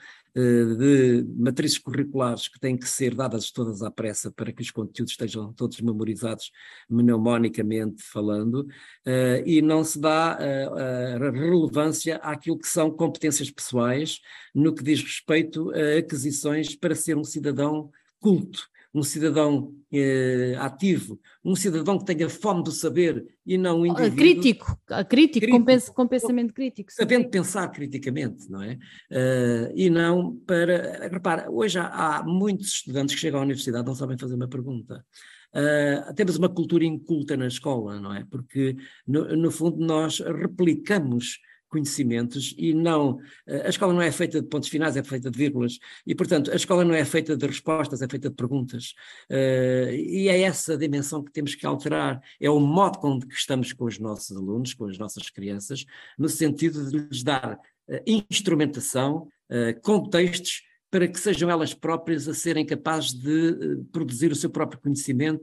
de matrizes curriculares que têm que ser dadas todas à pressa para que os conteúdos estejam todos memorizados mnemonicamente falando, uh, e não se dá uh, uh, relevância àquilo que são competências pessoais no que diz respeito a aquisições para ser um cidadão culto, um cidadão eh, ativo, um cidadão que tenha fome do saber e não um indivíduo... Crítico, crítico, crítico. Com, pens com pensamento crítico. Sabendo pensar criticamente, não é? Uh, e não para... Repara, hoje há, há muitos estudantes que chegam à universidade e não sabem fazer uma pergunta. Uh, temos uma cultura inculta na escola, não é? Porque, no, no fundo, nós replicamos conhecimentos e não, a escola não é feita de pontos finais, é feita de vírgulas, e portanto a escola não é feita de respostas, é feita de perguntas, uh, e é essa a dimensão que temos que alterar, é o modo como que estamos com os nossos alunos, com as nossas crianças, no sentido de lhes dar uh, instrumentação, uh, contextos, para que sejam elas próprias a serem capazes de uh, produzir o seu próprio conhecimento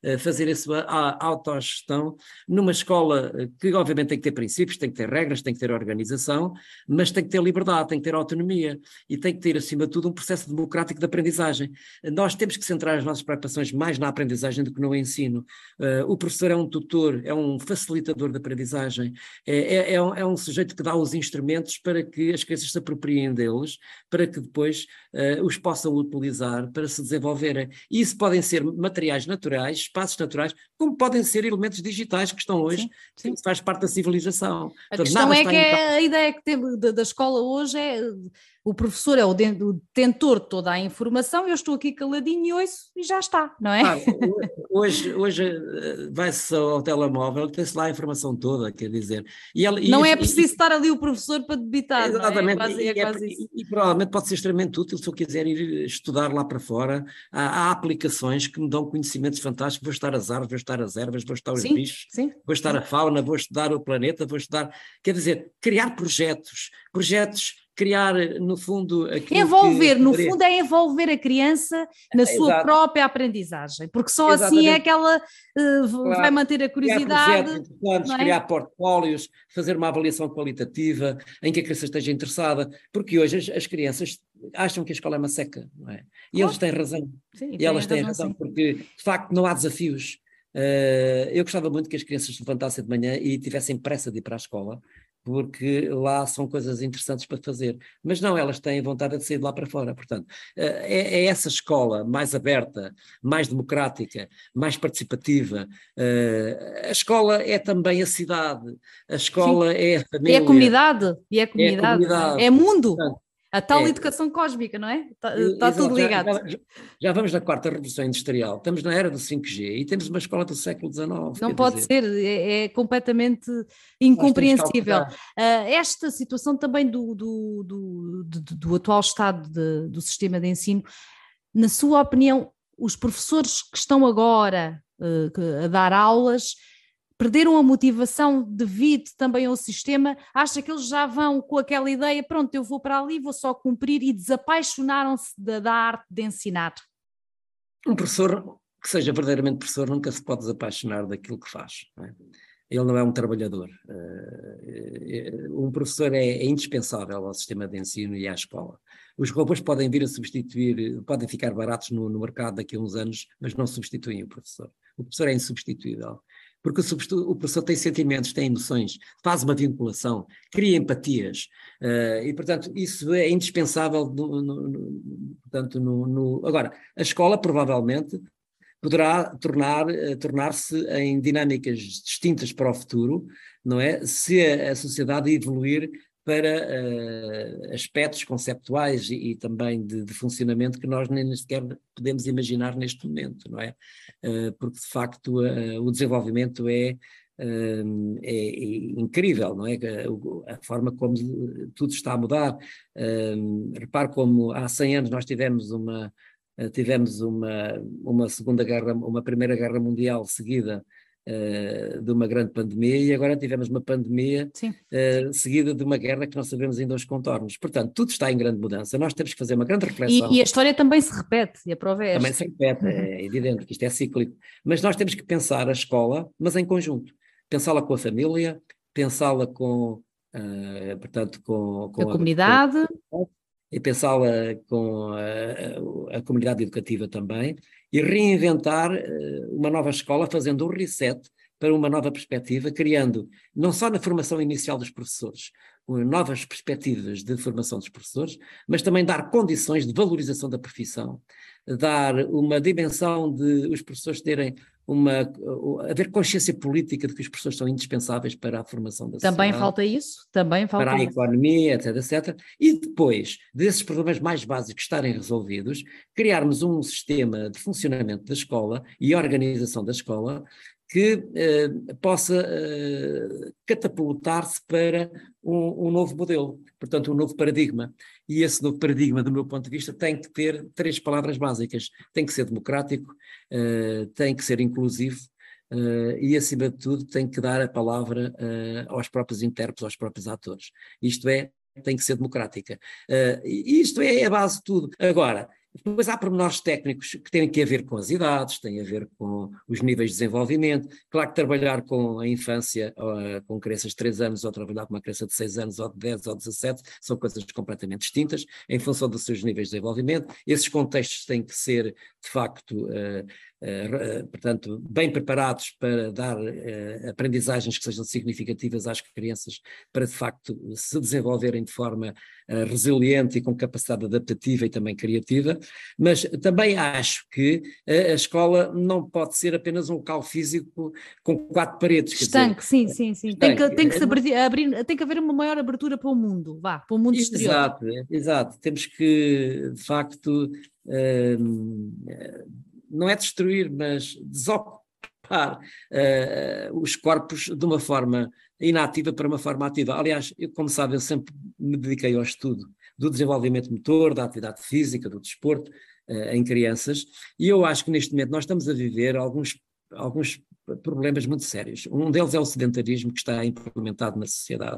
uh, fazer a sua a, autogestão numa escola que obviamente tem que ter princípios, tem que ter regras, tem que ter organização, mas tem que ter liberdade, tem que ter autonomia e tem que ter acima de tudo um processo democrático de aprendizagem. Nós temos que centrar as nossas preocupações mais na aprendizagem do que no ensino. Uh, o professor é um tutor, é um facilitador da aprendizagem, é, é, é, um, é um sujeito que dá os instrumentos para que as crianças se apropriem deles, para que depois uh, os possam utilizar para se desenvolverem. E isso podem ser materiais naturais, espaços naturais, como podem ser elementos digitais que estão hoje, sim, sim. Faz parte da civilização. A Portanto, questão é que é, a ideia que temos da, da escola hoje é o professor é o detentor de toda a informação, eu estou aqui caladinho e ouço e já está, não é? Claro, hoje, hoje vai-se ao telemóvel, tem-se lá a informação toda, quer dizer. E ela, não e, é preciso e, estar ali o professor para debitar, exatamente, não é? É quase, é quase e, isso. E, e provavelmente pode ser extremamente útil se eu quiser ir estudar lá para fora. Há, há aplicações que me dão conhecimentos fantásticos, vou estudar as árvores, vou estudar as ervas, vou estudar os sim, bichos, sim, vou estudar sim. a fauna, vou estudar o planeta, vou estudar, quer dizer, criar projetos, projetos criar, no fundo, aquilo envolver, que... no fundo é envolver a criança na sua Exato. própria aprendizagem, porque só Exatamente. Assim é que ela uh, claro. Vai manter a curiosidade. Criar projetos, é? Criar portfólios, fazer uma avaliação qualitativa em que a criança esteja interessada, porque hoje as, as crianças acham que a escola é uma seca, não é? E claro. Eles têm razão. Sim, e elas têm razão, razão porque de facto não há desafios. Uh, eu gostava muito que as crianças se levantassem de manhã e tivessem pressa de ir para a escola, porque lá são coisas interessantes para fazer, mas não, elas têm vontade de sair de lá para fora, portanto, é, é essa escola mais aberta, mais democrática, mais participativa, a escola é também a cidade, a escola Sim. é a família. É a comunidade, e é a comunidade, é, a comunidade. É mundo. Portanto, a tal é. educação cósmica, não é? Está, está tudo ligado. Já, já, já vamos na quarta revolução industrial, estamos na era do cinco G e temos uma escola do século dezenove. Não pode dizer. ser, é, é completamente incompreensível. Uh, esta situação também do, do, do, do, do atual estado de, do sistema de ensino, na sua opinião, os professores que estão agora uh, a dar aulas perderam a motivação devido também ao sistema? Acha que eles já vão com aquela ideia, pronto, eu vou para ali, vou só cumprir, e desapaixonaram-se da, da arte de ensinar? Um professor que seja verdadeiramente professor nunca se pode desapaixonar daquilo que faz, não é? Ele não é um trabalhador. Uh, um professor é, é indispensável ao sistema de ensino e à escola. Os robôs podem vir a substituir, podem ficar baratos no, no mercado daqui a uns anos, mas não substituem o professor. O professor é insubstituível. Porque o, o professor tem sentimentos, tem emoções, faz uma vinculação, cria empatias, uh, e portanto isso é indispensável no, no, no, portanto, no, no... Agora, a escola provavelmente poderá tornar, uh, tornar-se em dinâmicas distintas para o futuro, não é? Se a, a sociedade evoluir para uh, aspectos conceptuais e, e também de, de funcionamento que nós nem sequer podemos imaginar neste momento, não é? Uh, porque de facto uh, o desenvolvimento é, uh, é, é incrível, não é? A, a forma como tudo está a mudar. Uh, repare como há cem anos nós tivemos uma, uh, tivemos uma, uma segunda guerra, uma primeira guerra mundial seguida Uh, de uma grande pandemia, e agora tivemos uma pandemia uh, seguida de uma guerra que não sabemos ainda os contornos. Portanto, tudo está em grande mudança. Nós temos que fazer uma grande reflexão. E, e a história também se repete, e a prova é esta. Também se repete, é evidente que isto é cíclico. Mas nós temos que pensar a escola, mas em conjunto. Pensá-la com a família, pensá-la com, uh, portanto, com, com a, a comunidade. Com, e pensá-la com a, a, a comunidade educativa também, e reinventar uh, uma nova escola, fazendo um reset para uma nova perspectiva, criando, não só na formação inicial dos professores, novas perspectivas de formação dos professores, mas também dar condições de valorização da profissão, dar uma dimensão de os professores terem uma, haver consciência política de que os professores são indispensáveis para a formação da sociedade. Também falta isso, também falta para a isso. economia, etc, etcétera. E depois desses problemas mais básicos estarem resolvidos, criarmos um sistema de funcionamento da escola e organização da escola que eh, possa eh, catapultar-se para um, um novo modelo, portanto um novo paradigma. E esse novo paradigma, do meu ponto de vista, tem que ter três palavras básicas: tem que ser democrático, uh, tem que ser inclusivo uh, e, acima de tudo, tem que dar a palavra uh, aos próprios intérpretes, aos próprios atores. Isto é, tem que ser democrática. Uh, e isto é a base de tudo. Agora, Depois há pormenores técnicos que têm que ver com as idades, têm a ver com os níveis de desenvolvimento. Claro que trabalhar com a infância, ou, com crianças de três anos, ou trabalhar com uma criança de seis anos, ou de dez, ou dezassete, são coisas completamente distintas, em função dos seus níveis de desenvolvimento. Esses contextos têm que ser, de facto, uh, uh, uh, portanto, bem preparados para dar uh, aprendizagens que sejam significativas às crianças, para, de facto, se desenvolverem de forma uh, resiliente e com capacidade adaptativa e também criativa. Mas também acho que a, a escola não pode ser apenas um local físico com quatro paredes. Estanque, dizer, sim, sim, sim. Tem que, tem, que se abrir, abrir, tem que haver uma maior abertura para o mundo, vá, para o mundo exterior. Exato, exato. Temos que, de facto, hum, não é destruir, mas desocupar uh, os corpos de uma forma inativa para uma forma ativa. Aliás, eu, como sabe, eu sempre me dediquei ao estudo do desenvolvimento motor, da atividade física, do desporto uh, em crianças, e eu acho que neste momento nós estamos a viver alguns, alguns problemas muito sérios. Um deles é o sedentarismo que está implementado na sociedade.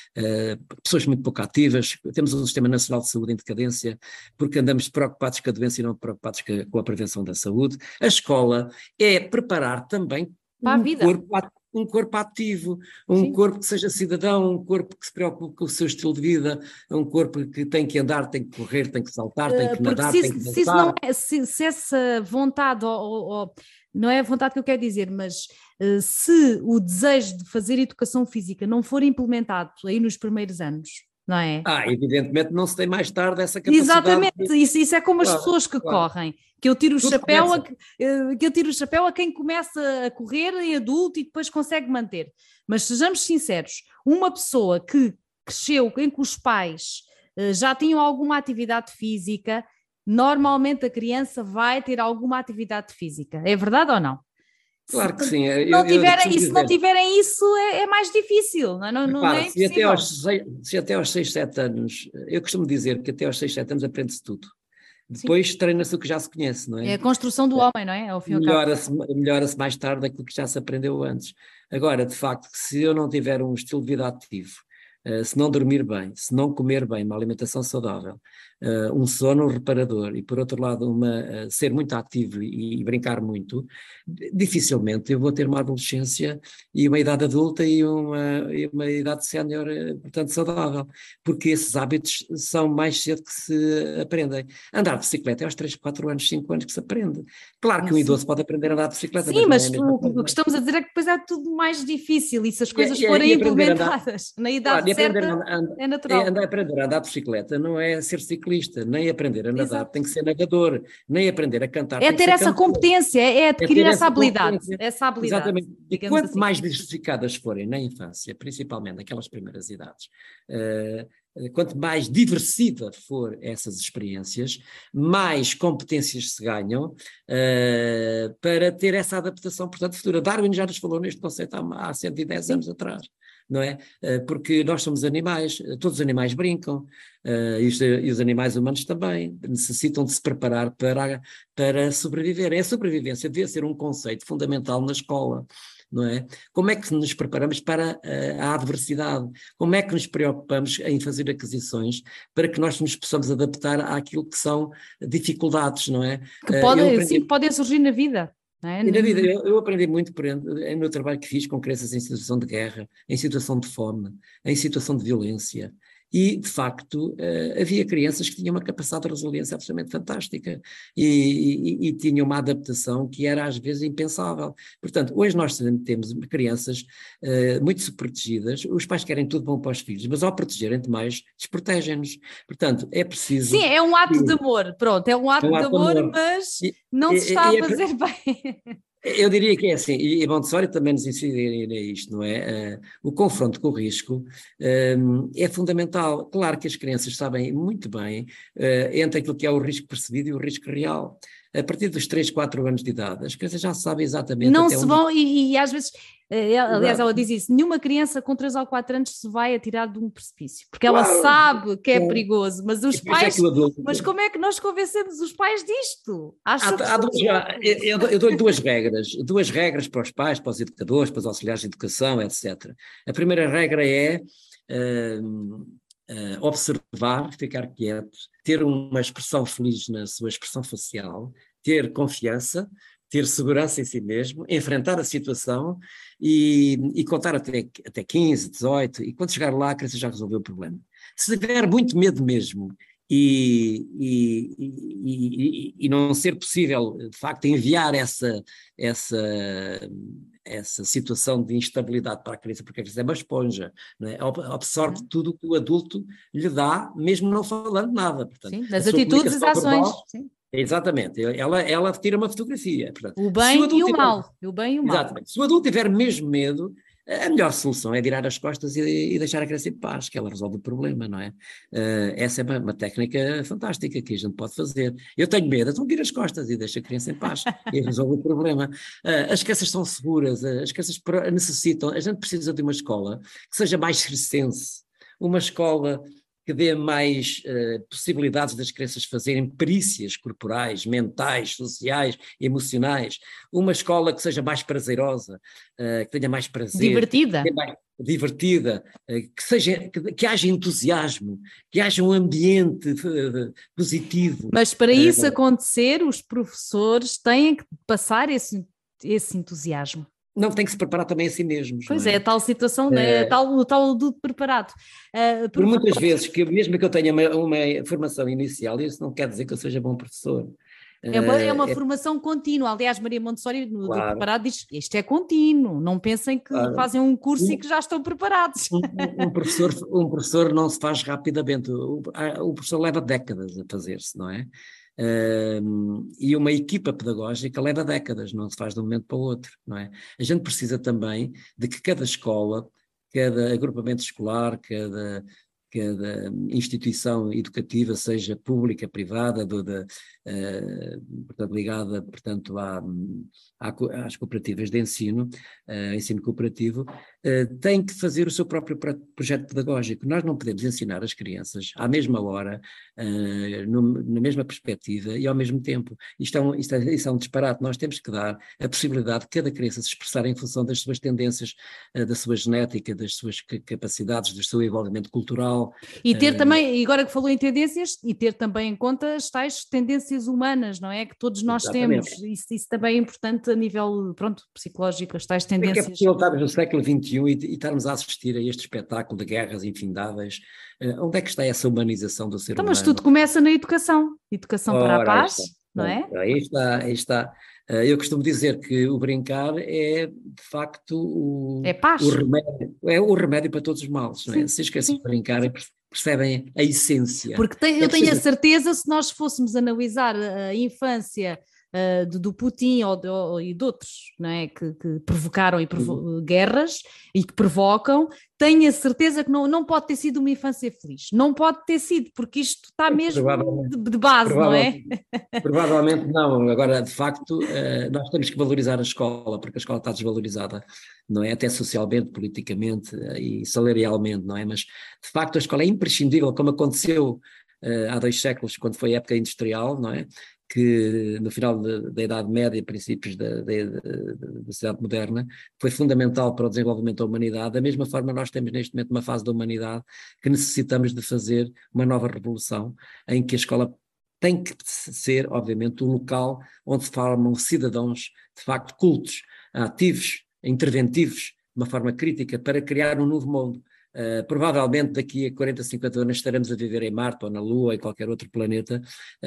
Uh, pessoas muito pouco ativas, temos um Sistema Nacional de Saúde em decadência, porque andamos preocupados com a doença e não preocupados com a, com a prevenção da saúde. A escola é preparar também para a um vida. corpo ativo. Um corpo ativo, um Sim. corpo que seja cidadão, um corpo que se preocupe com o seu estilo de vida, um corpo que tem que andar, tem que correr, tem que saltar, tem que Porque nadar, se, tem que se, dançar. Isso não é, se, se essa vontade, ou, ou, ou, não é a vontade que eu quero dizer, mas uh, se o desejo de fazer educação física não for implementado aí nos primeiros anos, não é? Ah, evidentemente não se tem mais tarde essa capacidade. Exatamente, de... isso, isso é como as claro, pessoas que claro. correm, que eu tiro o Tudo chapéu a, começa. que eu tiro o chapéu a quem começa a correr em adulto e depois consegue manter. Mas sejamos sinceros, uma pessoa que cresceu em que os pais uh, já tinham alguma atividade física, normalmente a criança vai ter alguma atividade física. É verdade ou não? Claro que se sim. Eu, não tiverem, eu e se não tiverem isso é, é mais difícil, não é, não, não Repara, é se até, aos seis, se até aos seis, sete anos, eu costumo dizer que até aos seis, sete anos aprende-se tudo. Depois treina-se o que já se conhece, não é? É a construção do homem, não é? Ao fim e ao cabo. Melhora-se, melhora-se mais tarde aquilo que já se aprendeu antes. Agora, de facto, se eu não tiver um estilo de vida ativo, uh, se não dormir bem, se não comer bem, uma alimentação saudável, uh, um sono reparador e, por outro lado, uma, uh, ser muito ativo e, e brincar muito, dificilmente eu vou ter uma adolescência e uma idade adulta e uma, e uma idade sénior, portanto, saudável, porque esses hábitos são mais cedo que se aprendem. Andar de bicicleta é aos três, quatro anos, cinco anos que se aprende. Claro que um idoso pode aprender a andar de bicicleta, Sim, mas, mas não é o, o que estamos a dizer é que depois é tudo mais difícil e se as coisas e, e, forem e implementadas na idade claro, certa, a andar, é natural. Andar, aprender a andar de bicicleta não é ser ciclista, nem aprender a nadar, Exato. Tem que ser nadador, nem aprender a cantar. É tem ter que ser essa cantor. competência, é adquirir é essa, essa habilidade. Essa habilidade. Exatamente. E quanto assim. mais diversificadas forem na infância, principalmente naquelas primeiras idades, uh, quanto mais diversiva for essas experiências, mais competências se ganham uh, para ter essa adaptação, portanto, futura. Darwin já nos falou neste conceito há, há cento e dez Sim. anos atrás. Não é? Porque nós somos animais, todos os animais brincam, uh, e, os, e os animais humanos também necessitam de se preparar para, para sobreviver. A sobrevivência devia ser um conceito fundamental na escola, não é? Como é que nos preparamos para a, a adversidade? Como é que nos preocupamos em fazer aquisições para que nós nos possamos adaptar àquilo que são dificuldades, não é? Que podem, uh, aprendi... sim, podem surgir na vida. É? E na vida, eu, eu aprendi muito por, no meu trabalho que fiz com crianças em situação de guerra, em situação de fome, em situação de violência, e de facto uh, havia crianças que tinham uma capacidade de resiliência absolutamente fantástica e, e, e tinham uma adaptação que era às vezes impensável. Portanto, hoje nós temos crianças uh, muito subprotegidas, os pais querem tudo bom para os filhos, mas ao protegerem demais, desprotegem-nos. Portanto, é preciso... Sim, é um ato que, de amor, pronto, é um ato, é um ato de, amor, de amor, mas e, não e, se está e, a fazer e, bem. Eu diria que é assim, e Montessori também nos ensina isto, não é? Uh, o confronto com o risco um, é fundamental. Claro que as crianças sabem muito bem uh, entre aquilo que é o risco percebido e o risco real. A partir dos três, quatro anos de idade, as crianças já sabem exatamente não até se onde... vão, e, e às vezes, aliás Exato. Ela diz isso, nenhuma criança com três ou quatro anos se vai atirar de um precipício, porque ela claro. sabe que é, é perigoso, mas os pais, é adulto, mas como é que nós convencemos os pais disto? Acho há, há duas, eu, eu dou-lhe duas regras, duas regras para os pais, para os educadores, para os auxiliares de educação, etcétera. A primeira regra é... Uh, uh, observar, ficar quieto, ter uma expressão feliz na sua expressão facial, ter confiança, ter segurança em si mesmo, enfrentar a situação e, e contar até, até quinze, dezoito, e quando chegar lá a criança já resolveu o problema. Se tiver muito medo mesmo e, e, e, e, e não ser possível, de facto, enviar essa, essa, essa situação de instabilidade para a criança, porque a criança é uma esponja, não é? Absorve uhum. tudo o que o adulto lhe dá, mesmo não falando nada. Portanto, sim, das atitudes e das ações. Verbal, sim. Exatamente, ela, ela tira uma fotografia. Portanto, o bem o e o tiver, mal. O bem e o mal. Exatamente. Se o adulto tiver mesmo medo, a melhor solução é virar as costas e, e deixar a criança em paz, que ela resolve o problema, não é? Uh, essa é uma, uma técnica fantástica que a gente pode fazer. Eu tenho medo, então vira as costas e deixa a criança em paz e resolve o problema. Uh, as crianças são seguras, as crianças necessitam, a gente precisa de uma escola que seja mais circense, uma escola que dê mais uh, possibilidades das crianças fazerem perícias corporais, mentais, sociais, emocionais, uma escola que seja mais prazerosa, uh, que tenha mais prazer. Divertida. Que mais divertida, uh, que, seja, que, que haja entusiasmo, que haja um ambiente uh, positivo. Mas para isso uh, acontecer, os professores têm que passar esse, esse entusiasmo. Não, tem que se preparar também a si mesmos. Pois é? é, a tal situação, é, tal, o tal adulto preparado. Uh, por muitas vezes, que mesmo que eu tenha uma, uma formação inicial, isso não quer dizer que eu seja bom professor. É uma, é uma é, formação contínua. Aliás, Maria Montessori, no claro. do preparado, diz isto é contínuo, não pensem que claro. fazem um curso um, e que já estão preparados. Um, um, professor, um professor não se faz rapidamente, o, o professor leva décadas a fazer-se, não é? Uh, e uma equipa pedagógica leva décadas, não se faz de um momento para o outro, não é? A gente precisa também de que cada escola, cada agrupamento escolar, cada, cada instituição educativa, seja pública, privada, do, da, uh, portanto, ligada portanto, à, à, às cooperativas de ensino, uh, ensino cooperativo, uh, tem que fazer o seu próprio projeto pedagógico. Nós não podemos ensinar as crianças à mesma hora, uh, no, na mesma perspectiva e ao mesmo tempo. Isto é, um, isto, é, isto é um disparate. Nós temos que dar a possibilidade de cada criança se expressar em função das suas tendências, uh, da sua genética, das suas capacidades, do seu envolvimento cultural. E ter uh, também, e agora que falou em tendências, e ter também em conta as tais tendências humanas, não é? Que todos nós exatamente. temos. Isso, isso também é importante a nível, pronto, psicológico, as tais tendências. É que é possível estarmos no século vinte e um e, e estarmos a assistir a este espetáculo de guerras infindáveis. Uh, onde é que está essa humanização do ser então, humano? Mas tudo começa na educação. Educação Ora, para a paz, não é? Aí está, aí está. Eu costumo dizer que o brincar é, de facto, o, é paz. o, remédio, é o remédio para todos os males. Não é? Se esquecem de brincar, percebem a essência. Porque tem, eu tenho a certeza, se nós fôssemos analisar a infância uh, do, do Putin ou de, ou, e de outros, não é? que, que provocaram e provo- uhum. guerras e que provocam, tenho a certeza que não, não pode ter sido uma infância feliz. Não pode ter sido, porque isto está mesmo de, de base, não é? Provavelmente não. Agora, de facto, uh, nós temos que valorizar a escola, porque a escola está desvalorizada, não é? Até socialmente, politicamente uh, e salarialmente, não é? Mas, de facto, a escola é imprescindível, como aconteceu uh, há dois séculos, quando foi a época industrial, não é? Que no final de, da Idade Média, princípios da, da, da sociedade moderna, foi fundamental para o desenvolvimento da humanidade. Da mesma forma, nós temos neste momento uma fase da humanidade que necessitamos de fazer uma nova revolução, em que a escola tem que ser, obviamente, um local onde se formam cidadãos, de facto, cultos, ativos, interventivos, de uma forma crítica, para criar um novo mundo. Uh, provavelmente daqui a quarenta, cinquenta anos estaremos a viver em Marte ou na Lua ou em qualquer outro planeta.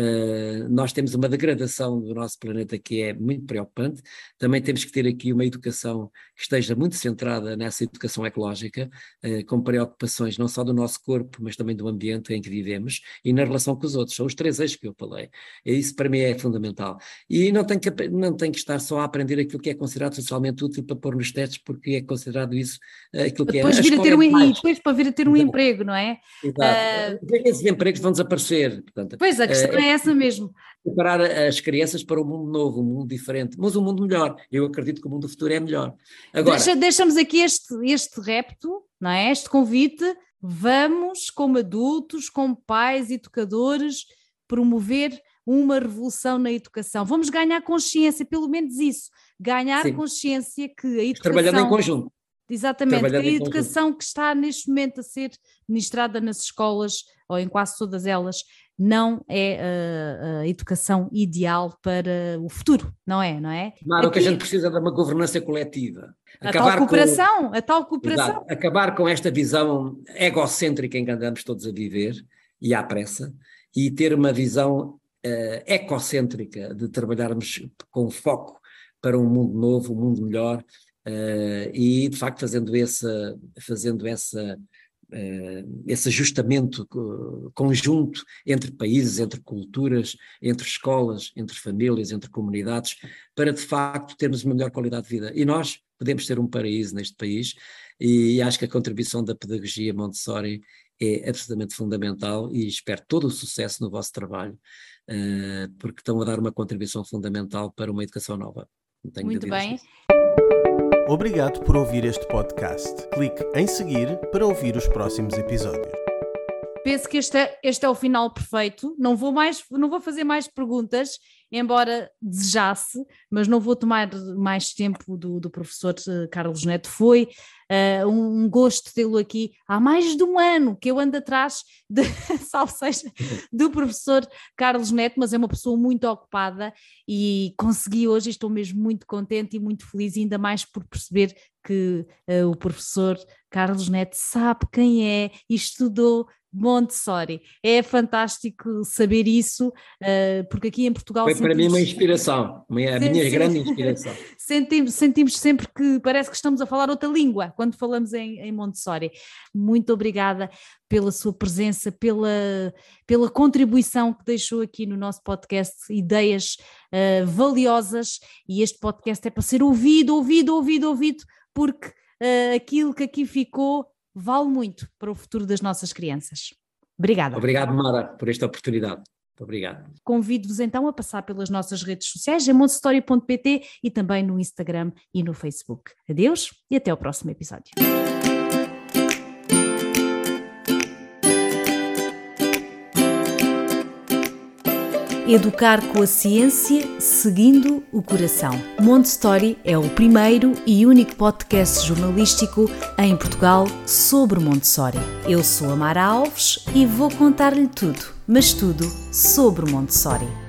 Uh, nós temos uma degradação do nosso planeta que é muito preocupante. Também temos que ter aqui uma educação que esteja muito centrada nessa educação ecológica, uh, com preocupações não só do nosso corpo, mas também do ambiente em que vivemos e na relação com os outros. São os três eixos que eu falei. E isso para mim é fundamental. E não tem que, não tem que estar só a aprender aquilo que é considerado socialmente útil para pôr nos testes, porque é considerado isso uh, aquilo que depois é. Vir a ter um, e depois para vir a ter um Exato. emprego, não é? Exato. Uh, Esses empregos vão desaparecer. Portanto, pois, a questão uh, é essa mesmo. Preparar as crianças para um mundo novo, um mundo diferente, mas um mundo melhor. Eu acredito que o mundo do futuro é melhor. Agora, Deixa, deixamos aqui este, este repto, não é? Este convite. Vamos, como adultos, como pais, educadores, promover uma revolução na educação. Vamos ganhar consciência, pelo menos isso. Ganhar Sim. consciência que a educação... Trabalhando em conjunto. Exatamente, que a educação que está neste momento a ser ministrada nas escolas, ou em quase todas elas, não é a, a educação ideal para o futuro, não é? Não é? Claro, o que a gente precisa é de uma governança coletiva. A acabar tal cooperação, com, a tal cooperação. Exato, acabar com esta visão egocêntrica em que andamos todos a viver, e à pressa, e ter uma visão uh, ecocêntrica de trabalharmos com foco para um mundo novo, um mundo melhor, uh, e de facto fazendo, esse, fazendo essa, uh, esse ajustamento conjunto entre países, entre culturas, entre escolas, entre famílias, entre comunidades, para de facto termos uma melhor qualidade de vida. E nós podemos ter um paraíso neste país, e acho que a contribuição da pedagogia Montessori é absolutamente fundamental, e espero todo o sucesso no vosso trabalho, uh, porque estão a dar uma contribuição fundamental para uma educação nova. Não tenho Muito bem. Disso. Obrigado por ouvir este podcast. Clique em seguir para ouvir os próximos episódios. Penso que este é, este é o final perfeito. Não vou, mais, não vou fazer mais perguntas, embora desejasse, mas não vou tomar mais tempo do, do professor Carlos Neto. Foi uh, um gosto tê-lo aqui há mais de um ano que eu ando atrás de, salve seja, do professor Carlos Neto, mas é uma pessoa muito ocupada e consegui hoje, estou mesmo muito contente e muito feliz, ainda mais por perceber que uh, o professor Carlos Neto sabe quem é e estudou Montessori. É fantástico saber isso, uh, porque aqui em Portugal... Foi para mim uma inspiração, a minha sim, grande sim. inspiração. sentimos, sentimos sempre que parece que estamos a falar outra língua quando falamos em, em Montessori. Muito obrigada pela sua presença, pela, pela contribuição que deixou aqui no nosso podcast, ideias uh, valiosas, e este podcast é para ser ouvido, ouvido, ouvido, ouvido, porque uh, aquilo que aqui ficou vale muito para o futuro das nossas crianças. Obrigada. Obrigado, Mara, por esta oportunidade. Muito obrigado. Convido-vos então a passar pelas nossas redes sociais, em montessori ponto pt e também no Instagram e no Facebook. Adeus e até ao próximo episódio. Educar com a ciência, seguindo o coração. Montessori é o primeiro e único podcast jornalístico em Portugal sobre Montessori. Eu sou a Mara Alves e vou contar-lhe tudo, mas tudo sobre Montessori.